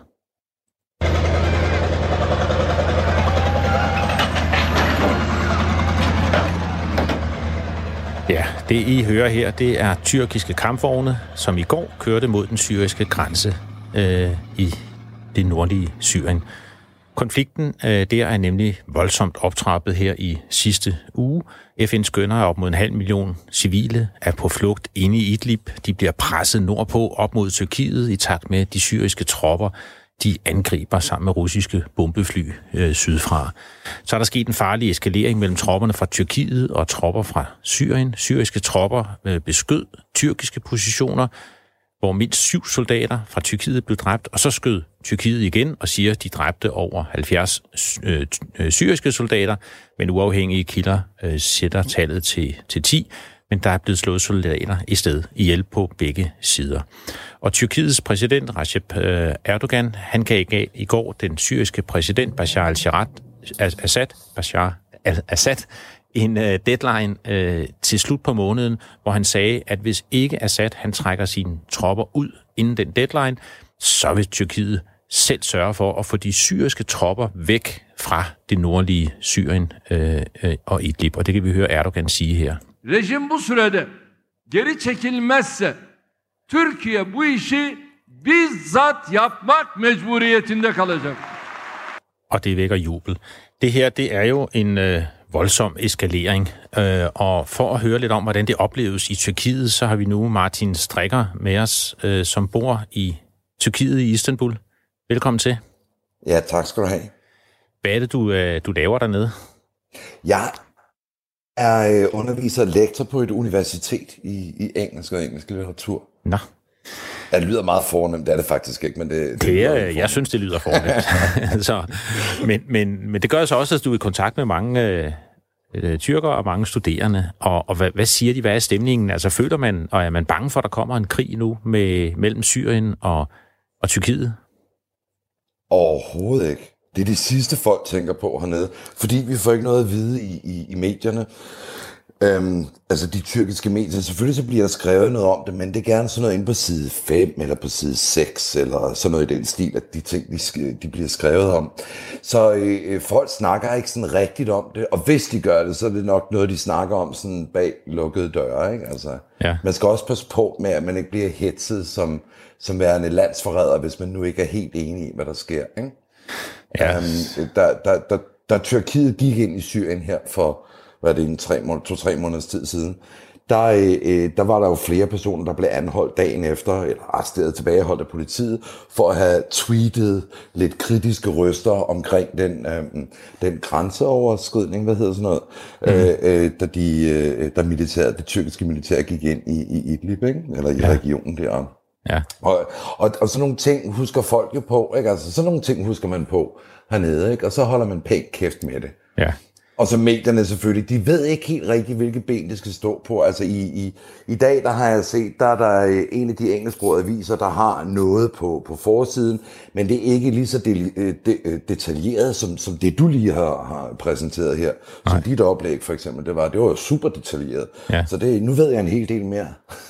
Ja, det I hører her, det er tyrkiske kampvogne, som i går kørte mod den syriske grænse øh, i det nordlige Syrien. Konflikten øh, der er nemlig voldsomt optrappet her i sidste uge. F N skønner, at op mod en halv million civile er på flugt inde i Idlib. De bliver presset nordpå op mod Tyrkiet i takt med de syriske tropper. De angriber sammen med russiske bombefly øh, sydfra. Så er der sket en farlig eskalering mellem tropperne fra Tyrkiet og tropper fra Syrien. Syriske tropper øh, beskød tyrkiske positioner, hvor mindst syv soldater fra Tyrkiet blev dræbt, og så skød Tyrkiet igen og siger, at de dræbte over halvfjerds øh, syriske soldater, men uafhængige kilder øh, sætter tallet til, til ti, men der er blevet slået soldater i sted ihjel på begge sider. Og Tyrkiets præsident Recep øh, Erdogan, han gav i går den syriske præsident Bashar al-Assad, Bashar al-Assad en øh, deadline øh, til slut på måneden, hvor han sagde, at hvis ikke Assad han trækker sine tropper ud inden den deadline, så vil Tyrkiet selv sørge for at få de syriske tropper væk fra det nordlige Syrien øh, øh, og Idlib. Og det kan vi høre Erdogan sige her. Rejim bu sürede geri çekilmezse Türkiye bu işi bizzat yapmak mecburiyetinde kalacak. Og det vækker jubel. Det her, det er jo en øh, voldsom eskalering, øh, og for at høre lidt om, hvordan det opleves i Tyrkiet, så har vi nu Martin Strikker med os, øh, som bor i Tyrkiet i Istanbul. Velkommen til. Ja, tak skal du have. Hvad er det, du, øh, du laver dernede? Jeg er øh, underviser og lektor på et universitet i, i engelsk og engelsk litteratur. Nå. Ja, det lyder meget fornemt, det er det faktisk ikke, men det... det, det er, jeg synes, det lyder fornemt. så, men, men, men det gør så også, at du er i kontakt med mange øh, øh, tyrkere og mange studerende. Og, og hvad, hvad siger de? Hvad er stemningen? Altså føler man, og er man bange for, at der kommer en krig nu med, mellem Syrien og, og Tyrkiet? Overhovedet ikke. Det er det sidste, folk tænker på hernede. Fordi vi får ikke noget at vide i, i, i medierne. Øhm, altså de tyrkiske medier, selvfølgelig så bliver der skrevet noget om det, men det er gerne sådan noget inde på side fem, eller på side seks, eller sådan noget i den stil, at de ting, de, de bliver skrevet om. Så øh, folk snakker ikke sådan rigtigt om det, og hvis de gør det, så er det nok noget, de snakker om sådan bag lukkede døre, ikke? Altså, ja. Man skal også passe på med, at man ikke bliver hetset som, som værende landsforræder, hvis man nu ikke er helt enig i, hvad der sker, ikke? Ja. Øhm, der, der, der, der Tyrkiet gik ind i Syrien her for hvad er det, en tre, to-tre måneders tid siden, der, øh, der var der jo flere personer, der blev anholdt dagen efter, eller arresteret tilbageholdt af politiet, for at have tweetet lidt kritiske røster omkring den, øh, den grænseoverskridning, hvad hedder sådan noget, mm. øh, øh, da, de, øh, da militæret, det tyrkiske militær gik ind i, i Idlib, ikke? Eller i ja. regionen deroppe. Ja. Og, og, og sådan nogle ting husker folk jo på, ikke? Altså sådan nogle ting husker man på hernede, ikke? Og så holder man pænt kæft med det. Ja. Og så medierne selvfølgelig, de ved ikke helt rigtigt, hvilke ben det skal stå på. Altså i, i, i dag, der har jeg set, der er der en af de engelsksprogede aviser, der har noget på, på forsiden, men det er ikke lige så de, de, detaljeret, som, som det du lige har, har præsenteret her. Nej. Som dit oplæg for eksempel, det var, det var jo super detaljeret. Ja. Så det, nu ved jeg en hel del mere.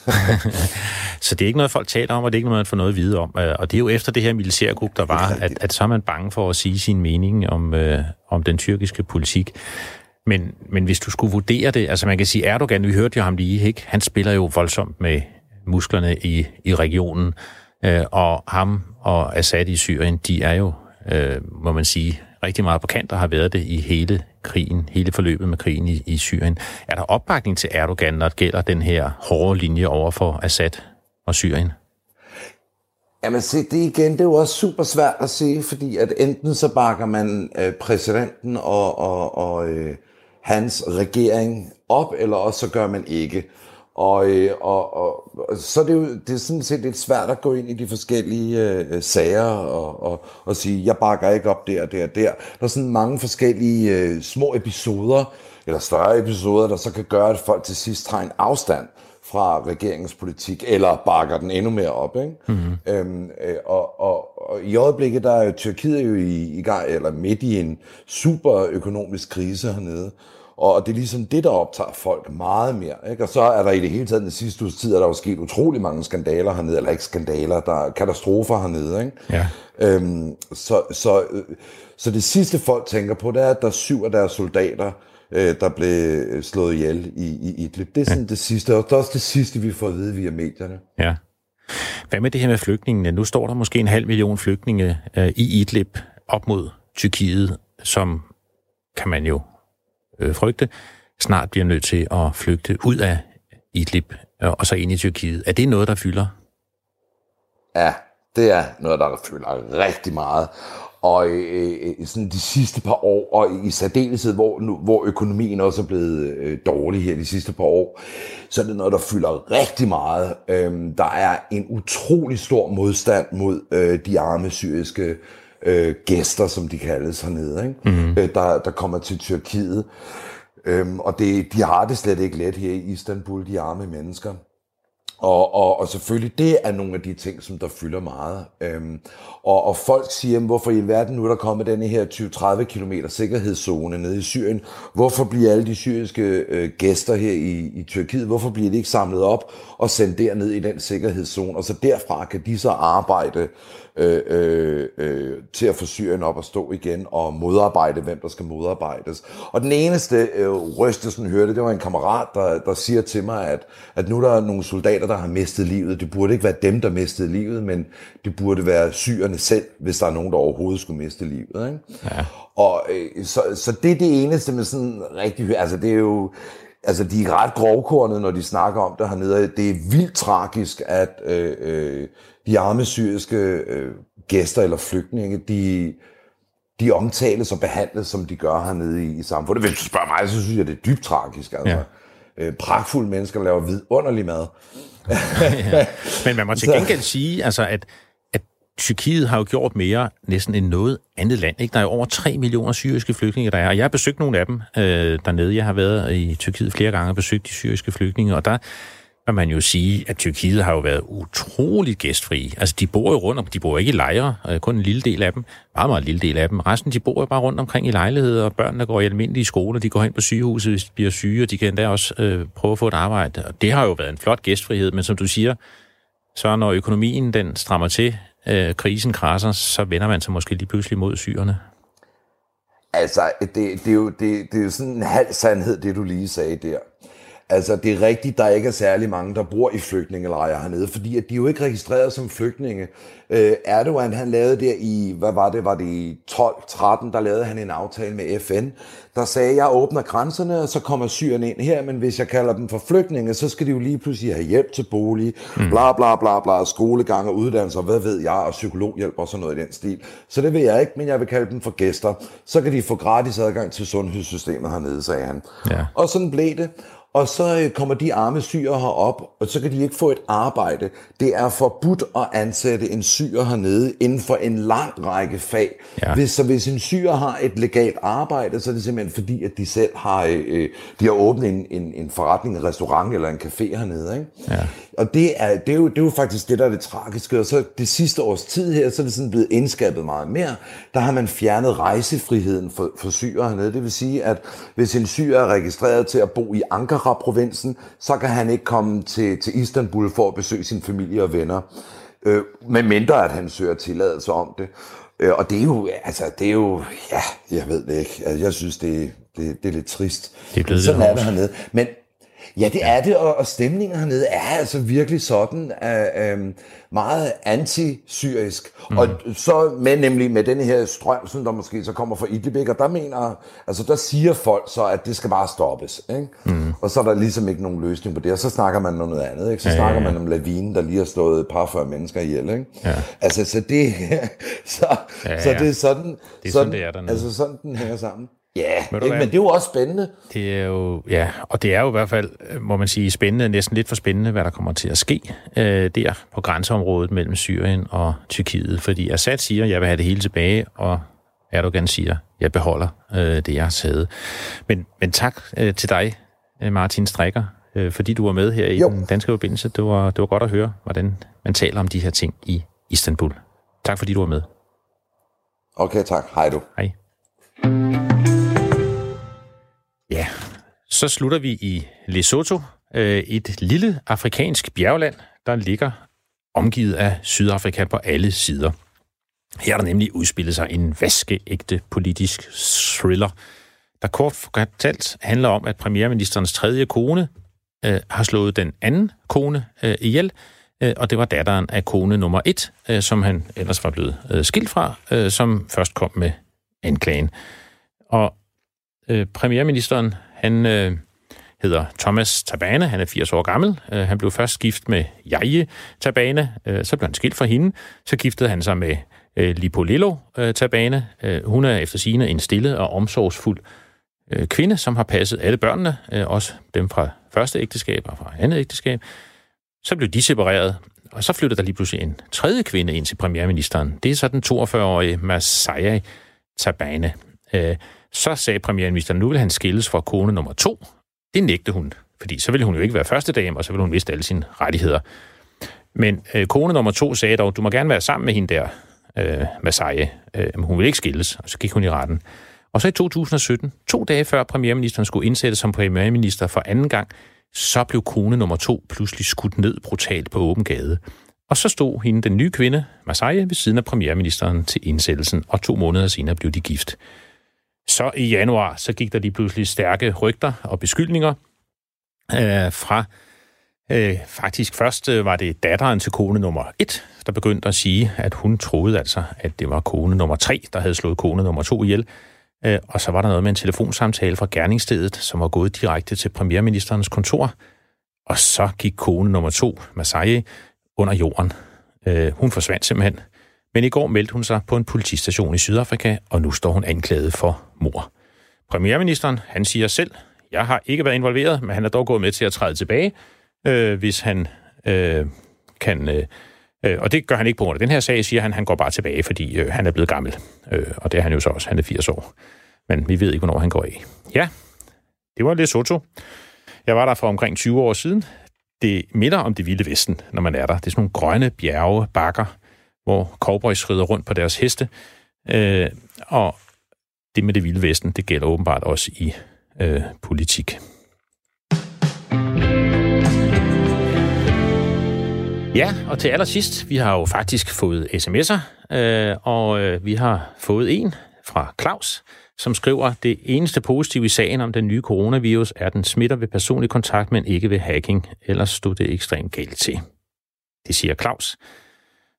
Så det er ikke noget, folk taler om, og det er ikke noget, man får noget at vide om. Og det er jo efter det her militærkup, der var, at, at så er man bange for at sige sin mening om, øh, om den tyrkiske politik. Men, men hvis du skulle vurdere det, altså man kan sige, Erdogan, vi hørte jo ham lige, ikke? Han spiller jo voldsomt med musklerne i, i regionen, øh, og ham og Assad i Syrien, de er jo, øh, må man sige, rigtig meget på kant, og har været det i hele krigen, hele forløbet med krigen i, i Syrien. Er der opbakning til Erdogan, når det gælder den her hårde linje over for Assad og Syrien? Jamen se, det igen, det er jo også super svært at se, fordi at enten så bakker man øh, præsidenten og, og, og øh, hans regering op, eller også så gør man ikke. Og, øh, og, og, og så er det jo det er sådan set lidt svært at gå ind i de forskellige øh, sager og, og, og sige, jeg bakker ikke op der, der, der. Der er sådan mange forskellige øh, små episoder, eller større episoder, der så kan gøre, at folk til sidst tager en afstand fra regeringens politik, eller bakker den endnu mere op, ikke? Mm-hmm. Øhm, øh, og, og, og i øjeblikket, der er Tyrkiet jo i, i gang, eller midt i en super økonomisk krise hernede, og det er ligesom det, der optager folk meget mere, ikke? Og så er der i det hele taget den sidste uges tid, er der jo sket utrolig mange skandaler hernede, eller ikke skandaler, der er katastrofer hernede, ikke? Ja. Øhm, så, så, øh, så det sidste folk tænker på, det er, at der er syv af deres soldater, der blev slået ihjel i, i Idlib. Det er sådan ja. det sidste, og det er også det sidste, vi får at vide via medierne. Ja. Hvad med det her med flygtningene? Nu står der måske en halv million flygtninge øh, i Idlib op mod Tyrkiet, som, kan man jo øh, frygte, snart bliver nødt til at flygte ud af Idlib øh, og så ind i Tyrkiet. Er det noget, der fylder? Ja, det er noget, der fylder rigtig meget. Og øh, sådan de sidste par år, og i særdeleshed, hvor, nu, hvor økonomien også er blevet øh, dårlig her de sidste par år, så er det noget, der fylder rigtig meget. Øhm, der er en utrolig stor modstand mod øh, de arme syriske øh, gæster, som de kaldes hernede, ikke? Mm-hmm. øh, der, der kommer til Tyrkiet. Øhm, og det, de har det slet ikke let her i Istanbul, de arme mennesker. Og, og, og selvfølgelig, det er nogle af de ting, som der fylder meget. Øhm, og, og folk siger, hvorfor i verden nu er der kommet denne her tyve til tredive kilometer sikkerhedszone nede i Syrien? Hvorfor bliver alle de syriske øh, gæster her i, i Tyrkiet, hvorfor bliver de ikke samlet op og sendt derned i den sikkerhedszone? Og så derfra kan de så arbejde øh, øh, øh, til at få Syrien op og stå igen og modarbejde, hvem der skal modarbejdes. Og den eneste øh, røst, jeg sådan hørte, det var en kammerat, der, der siger til mig, at, at nu der er nogle soldater, der har mistet livet. Det burde ikke være dem, der mistede livet, men det burde være syrerne selv, hvis der er nogen, der overhovedet skulle miste livet, ikke? Ja. Og øh, så, så det er det eneste med sådan rigtig, altså det er jo, altså de er ret grovkornet, når de snakker om det hernede. Det er vildt tragisk, at øh, øh, de arme syriske øh, gæster eller flygtninge, de, de omtales og behandles, som de gør hernede i, i samfundet. Hvis du spørger mig, så synes jeg, det er dybt tragisk, altså. Ja. Øh, pragtfulde mennesker, der laver vidunderlig mad. Ja. Men man må til gengæld sige, altså, at, at Tyrkiet har jo gjort mere næsten end noget andet land. Ikke? Der er jo over tre millioner syriske flygtninge, der er. Og jeg har besøgt nogle af dem øh, dernede. Jeg har været i Tyrkiet flere gange og besøgt de syriske flygtninge, og der kan man jo sige, at Tyrkiet har jo været utroligt gæstfrie. Altså, de bor jo rundt om, de bor ikke i lejre, kun en lille del af dem, meget, meget lille del af dem. Resten, de bor jo bare rundt omkring i lejligheder, og børnene går i almindelige skoler, de går hen på sygehuset, hvis de bliver syge, og de kan endda også øh, prøve at få et arbejde. Og det har jo været en flot gæstfrihed, men som du siger, så når økonomien den strammer til, øh, krisen krasser, så vender man sig måske lige pludselig mod syrerne. Altså, det, det, er jo, det, det er jo sådan en halv sandhed, det du lige sagde der. Altså, det er rigtigt, der ikke er særlig mange, der bor i flygtningelejre hernede, fordi at de er jo ikke registreret som flygtninge. Øh, Erdogan, han lavede der i, hvad var det, var det i tolv tretten, der lavede han en aftale med F N, der sagde, jeg åbner grænserne, og så kommer syrerne ind her, men hvis jeg kalder dem for flygtninge, så skal de jo lige pludselig have hjælp til bolig, mm. bla bla bla bla, skolegang og uddannelse, og hvad ved jeg, og psykologhjælp og sådan noget i den stil. Så det vil jeg ikke, men jeg vil kalde dem for gæster. Så kan de få gratis adgang til sundhedssystemet hernede, sagde han. Ja. Og sådan blev det. Og så kommer de arme syrer herop, og så kan de ikke få et arbejde. Det er forbudt at ansætte en syrer hernede inden for en lang række fag. Ja. Hvis, så hvis en syrer har et legalt arbejde, så er det simpelthen fordi, at de selv har, øh, de har åbnet en, en, en forretning, en restaurant eller en café hernede. Ikke? Ja. Og det er, det, er jo, det er jo faktisk det, der er det tragiske. Og så det sidste års tid her, så er det sådan blevet indskabet meget mere. Der har man fjernet rejsefriheden for, for syrer hernede. Det vil sige, at hvis en syrer er registreret til at bo i Ankara-provinsen, så kan han ikke komme til, til Istanbul for at besøge sin familie og venner. Øh, med mindre, at han søger tilladelse om det. Øh, og det er jo, altså, det er jo, ja, jeg ved det ikke. Altså, jeg synes, det, det, det er lidt trist. Det er blevet sådan er det hernede. Men ja, det er det, og, og stemningen hernede er altså virkelig sådan uh, um, meget anti-syrisk. Mm. Og så med nemlig med denne her strøm, som der måske så kommer fra Idlib, og der mener, altså der siger folk så, at det skal bare stoppes, ikke? Mm. Og så er der ligesom ikke nogen løsning på det, og så snakker man om noget andet, ikke? Så ja, snakker ja, ja. man om lavinen, der lige har slået et par fyrre mennesker ihjel, ikke? Ja. Altså, så det, så, ja, ja. så det er sådan, det er sådan, sådan det er dernede. Altså sådan den hænger sammen. Ja, ikke, men det er jo også spændende. Det er jo, ja, og det er jo i hvert fald, må man sige, spændende, næsten lidt for spændende, hvad der kommer til at ske øh, der på grænseområdet mellem Syrien og Tyrkiet. Fordi Assad siger, jeg vil have det hele tilbage, og Erdogan siger, jeg beholder øh, det, jeg har taget. Men, men tak øh, til dig, Martin Strikker, øh, fordi du var med her i jo. den danske forbindelse. Det var, det var godt at høre, hvordan man taler om de her ting i Istanbul. Tak fordi du var med. Okay, tak. Hej du. Hej. Ja, så slutter vi i Lesotho, et lille afrikansk bjergland, der ligger omgivet af Sydafrika på alle sider. Her er der nemlig udspillet sig en vaskeægte politisk thriller, der kort fortalt handler om, at premierministerens tredje kone øh, har slået den anden kone øh, ihjel, øh, og det var datteren af kone nummer et, øh, som han ellers var blevet øh, skilt fra, øh, som først kom med anklagen. Og øh, premierministeren, han øh, hedder Thomas Thabane, han er firs år gammel. Øh, han blev først gift med Yahya Thabane, øh, så blev han skilt fra hende. Så giftede han sig med øh, Lipolelo øh, Thabane. Øh, hun er efter sigende en stille og omsorgsfuld øh, kvinde, som har passet alle børnene, øh, også dem fra første ægteskab og fra andet ægteskab. Så blev de separeret, og så flyttede der lige pludselig en tredje kvinde ind til premierministeren. Det er så den toogfyrre-årige Masaya Thabane. Øh, så sagde premierministeren, nu vil han skilles fra kone nummer to. Det nægtede hun, fordi så ville hun jo ikke være første dame, og så ville hun miste alle sine rettigheder. Men øh, kone nummer to sagde dog, du må gerne være sammen med hende der, øh, Masaya. Øh, men hun ville ikke skilles, og så gik hun i retten. Og så i to tusind og sytten, to dage før premierministeren skulle indsættes som premierminister for anden gang, så blev kone nummer to pludselig skudt ned brutalt på åben gade. Og så stod hende, den nye kvinde, Masaya, ved siden af premierministeren til indsættelsen, og to måneder senere blev de gift. Så i januar, så gik der lige pludselig stærke rygter og beskyldninger øh, fra, øh, faktisk først øh, var det datteren til kone nummer et, der begyndte at sige, at hun troede altså, at det var kone nummer tre, der havde slået kone nummer to ihjel. Øh, og så var der noget med en telefonsamtale fra gerningsstedet, som var gået direkte til premierministerens kontor. Og så gik kone nummer to, Masaya, under jorden. Øh, hun forsvandt simpelthen. Men i går meldte hun sig på en politistation i Sydafrika, og nu står hun anklaget for mord. Premierministeren, han siger selv, jeg har ikke været involveret, men han er dog gået med til at træde tilbage, øh, hvis han øh, kan... Øh, og det gør han ikke på grund af den her sag, siger han, han går bare tilbage, fordi øh, han er blevet gammel. Øh, og det er han jo så også, han er firs år. Men vi ved ikke, hvornår han går af. Ja, det var Lesotho. Jeg var der for omkring tyve år siden. Det minder om det vilde vesten, når man er der. Det er sådan nogle grønne bjerge, bakker, hvor cowboys rider rundt på deres heste. Øh, og det med det vilde vesten, det gælder åbenbart også i øh, politik. Ja, og til allersidst, vi har jo faktisk fået sms'er, øh, og øh, vi har fået en fra Claus, som skriver, det eneste positive i sagen om den nye coronavirus er, at den smitter ved personlig kontakt, men ikke ved hacking. Ellers stod det ekstremt galt til. Det siger Claus.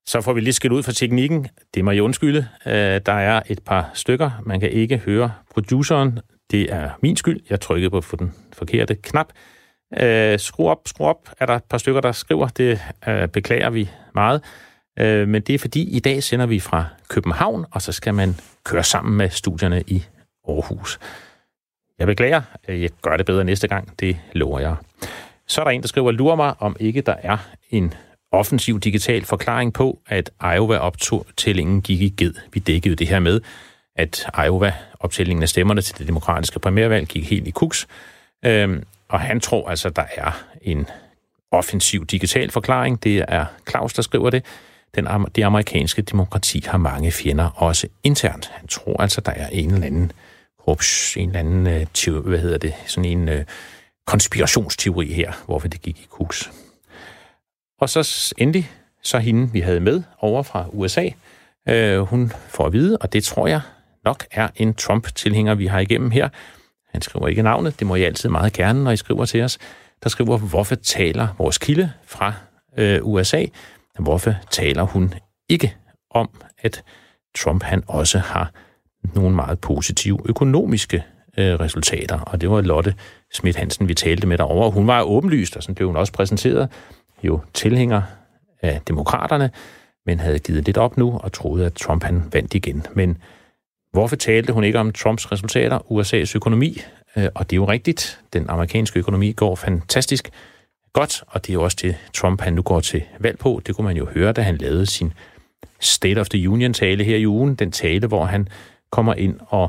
Så får vi lige skilt ud for teknikken. Det må jeg undskylde. Der er et par stykker. Man kan ikke høre produceren. Det er min skyld. Jeg trykkede på den forkerte knap. Skru op, skru op. Er der et par stykker, der skriver? Det beklager vi meget. Men det er fordi, i dag sender vi fra København, og så skal man køre sammen med studierne i Aarhus. Jeg beklager. Jeg gør det bedre næste gang. Det lover jeg. Så er der en, der skriver, lurer mig, om ikke der er en offensiv digital forklaring på, at Iowa-optællingen gik i ged. Vi dækkede det her med, at Iowa-optællingen af stemmerne til det demokratiske primærvalg gik helt i kuks. Øhm, og han tror altså, der er en offensiv digital forklaring. Det er Claus, der skriver det. Den, det amerikanske demokrati har mange fjender, også internt. Han tror altså, der er en eller anden, ups, en eller anden øh, teori, hvad hedder det, sådan en øh, konspirationsteori her, hvorfor det gik i kuks. Og så endelig, så hende, vi havde med over fra U S A, øh, hun får at vide, og det tror jeg nok er en Trump-tilhænger, vi har igennem her. Han skriver ikke navnet, det må I altid meget gerne, når I skriver til os. Der skriver, hvorfor taler vores kilde fra øh, U S A, hvorfor taler hun ikke om, at Trump han også har nogle meget positive økonomiske øh, resultater. Og det var Lotte Schmidt Hansen, vi talte med derovre. Hun var åbenlyst, og sådan blev hun også præsenteret, jo tilhænger af demokraterne, men havde givet lidt op nu og troede, at Trump han vandt igen. Men hvorfor talte hun ikke om Trumps resultater, U S A's økonomi? Og det er jo rigtigt. Den amerikanske økonomi går fantastisk godt, og det er jo også det, Trump han nu går til valg på. Det kunne man jo høre, da han lavede sin State of the Union-tale her i ugen. Den tale, hvor han kommer ind og,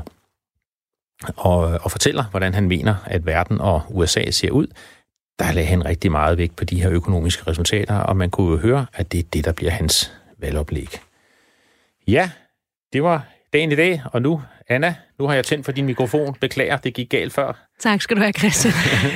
og, og fortæller, hvordan han mener, at verden og U S A ser ud. Der lagde han rigtig meget vægt på de her økonomiske resultater, og man kunne jo høre, at det er det, der bliver hans valgoplæg. Ja, det var dagen i dag, og nu, Anna, nu har jeg tændt for din mikrofon. Beklager, det gik galt før. Tak skal du have, Christian.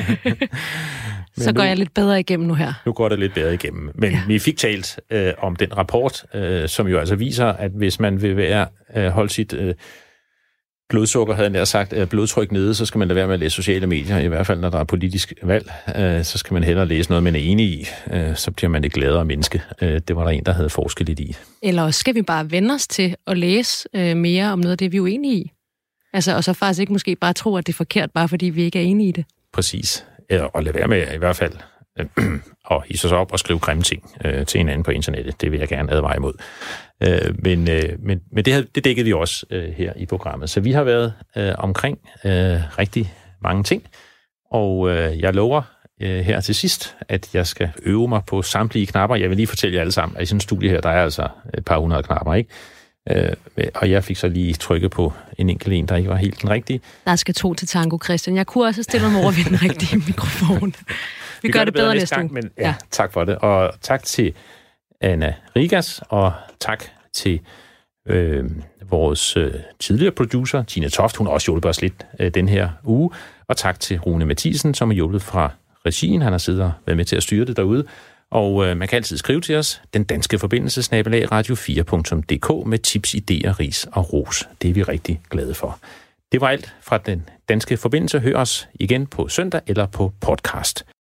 Så går nu, jeg lidt bedre igennem nu her. Nu går det lidt bedre igennem. Men ja. Vi fik talt øh, om den rapport, øh, som jo altså viser, at hvis man vil være, øh, holde sit øh, blodsukker, havde jeg sagt, øh, blodtryk nede, så skal man lade være med at læse sociale medier. I hvert fald, når der er politisk valg, øh, så skal man hellere læse noget, man er enig i. Øh, så bliver man et gladere menneske. Øh, det var der en, der havde forsket lidt i. Eller også skal vi bare vende os til at læse øh, mere om noget af det, vi er uenige i. Altså, og så faktisk ikke måske bare tro, at det er forkert, bare fordi vi ikke er enige i det. Præcis. Og lade være med i hvert fald øh, at hisse sig op og skrive grimme ting øh, til hinanden på internettet. Det vil jeg gerne advare imod. Øh, men øh, men, men det, det dækkede vi også øh, her i programmet. Så vi har været øh, omkring øh, rigtig mange ting. Og øh, jeg lover øh, her til sidst, at jeg skal øve mig på samtlige knapper. Jeg vil lige fortælle jer alle sammen, at i sådan en studie her, der er altså et par hundrede knapper, ikke? Øh, og jeg fik så lige trykket på en enkelt en, der ikke var helt den rigtige. Der skal to til tango, Christian. Jeg kunne også stille mig over ved den rigtige mikrofon. Vi, vi gør, gør det bedre, bedre næste gang. Men, ja, ja. Tak for det. Og tak til Anna Rigas, og tak til øh, vores øh, tidligere producer, Tina Toft. Hun har også hjulpet os lidt øh, den her uge. Og tak til Rune Mathisen, som har hjulpet fra regien. Han har siddet og været med til at styre det derude. Og øh, man kan altid skrive til os, den danske forbindelse, snabel-a radio fire punktum d k, med tips, idéer, ris og ros. Det er vi rigtig glade for. Det var alt fra den danske forbindelse. Hør os igen på søndag eller på podcast.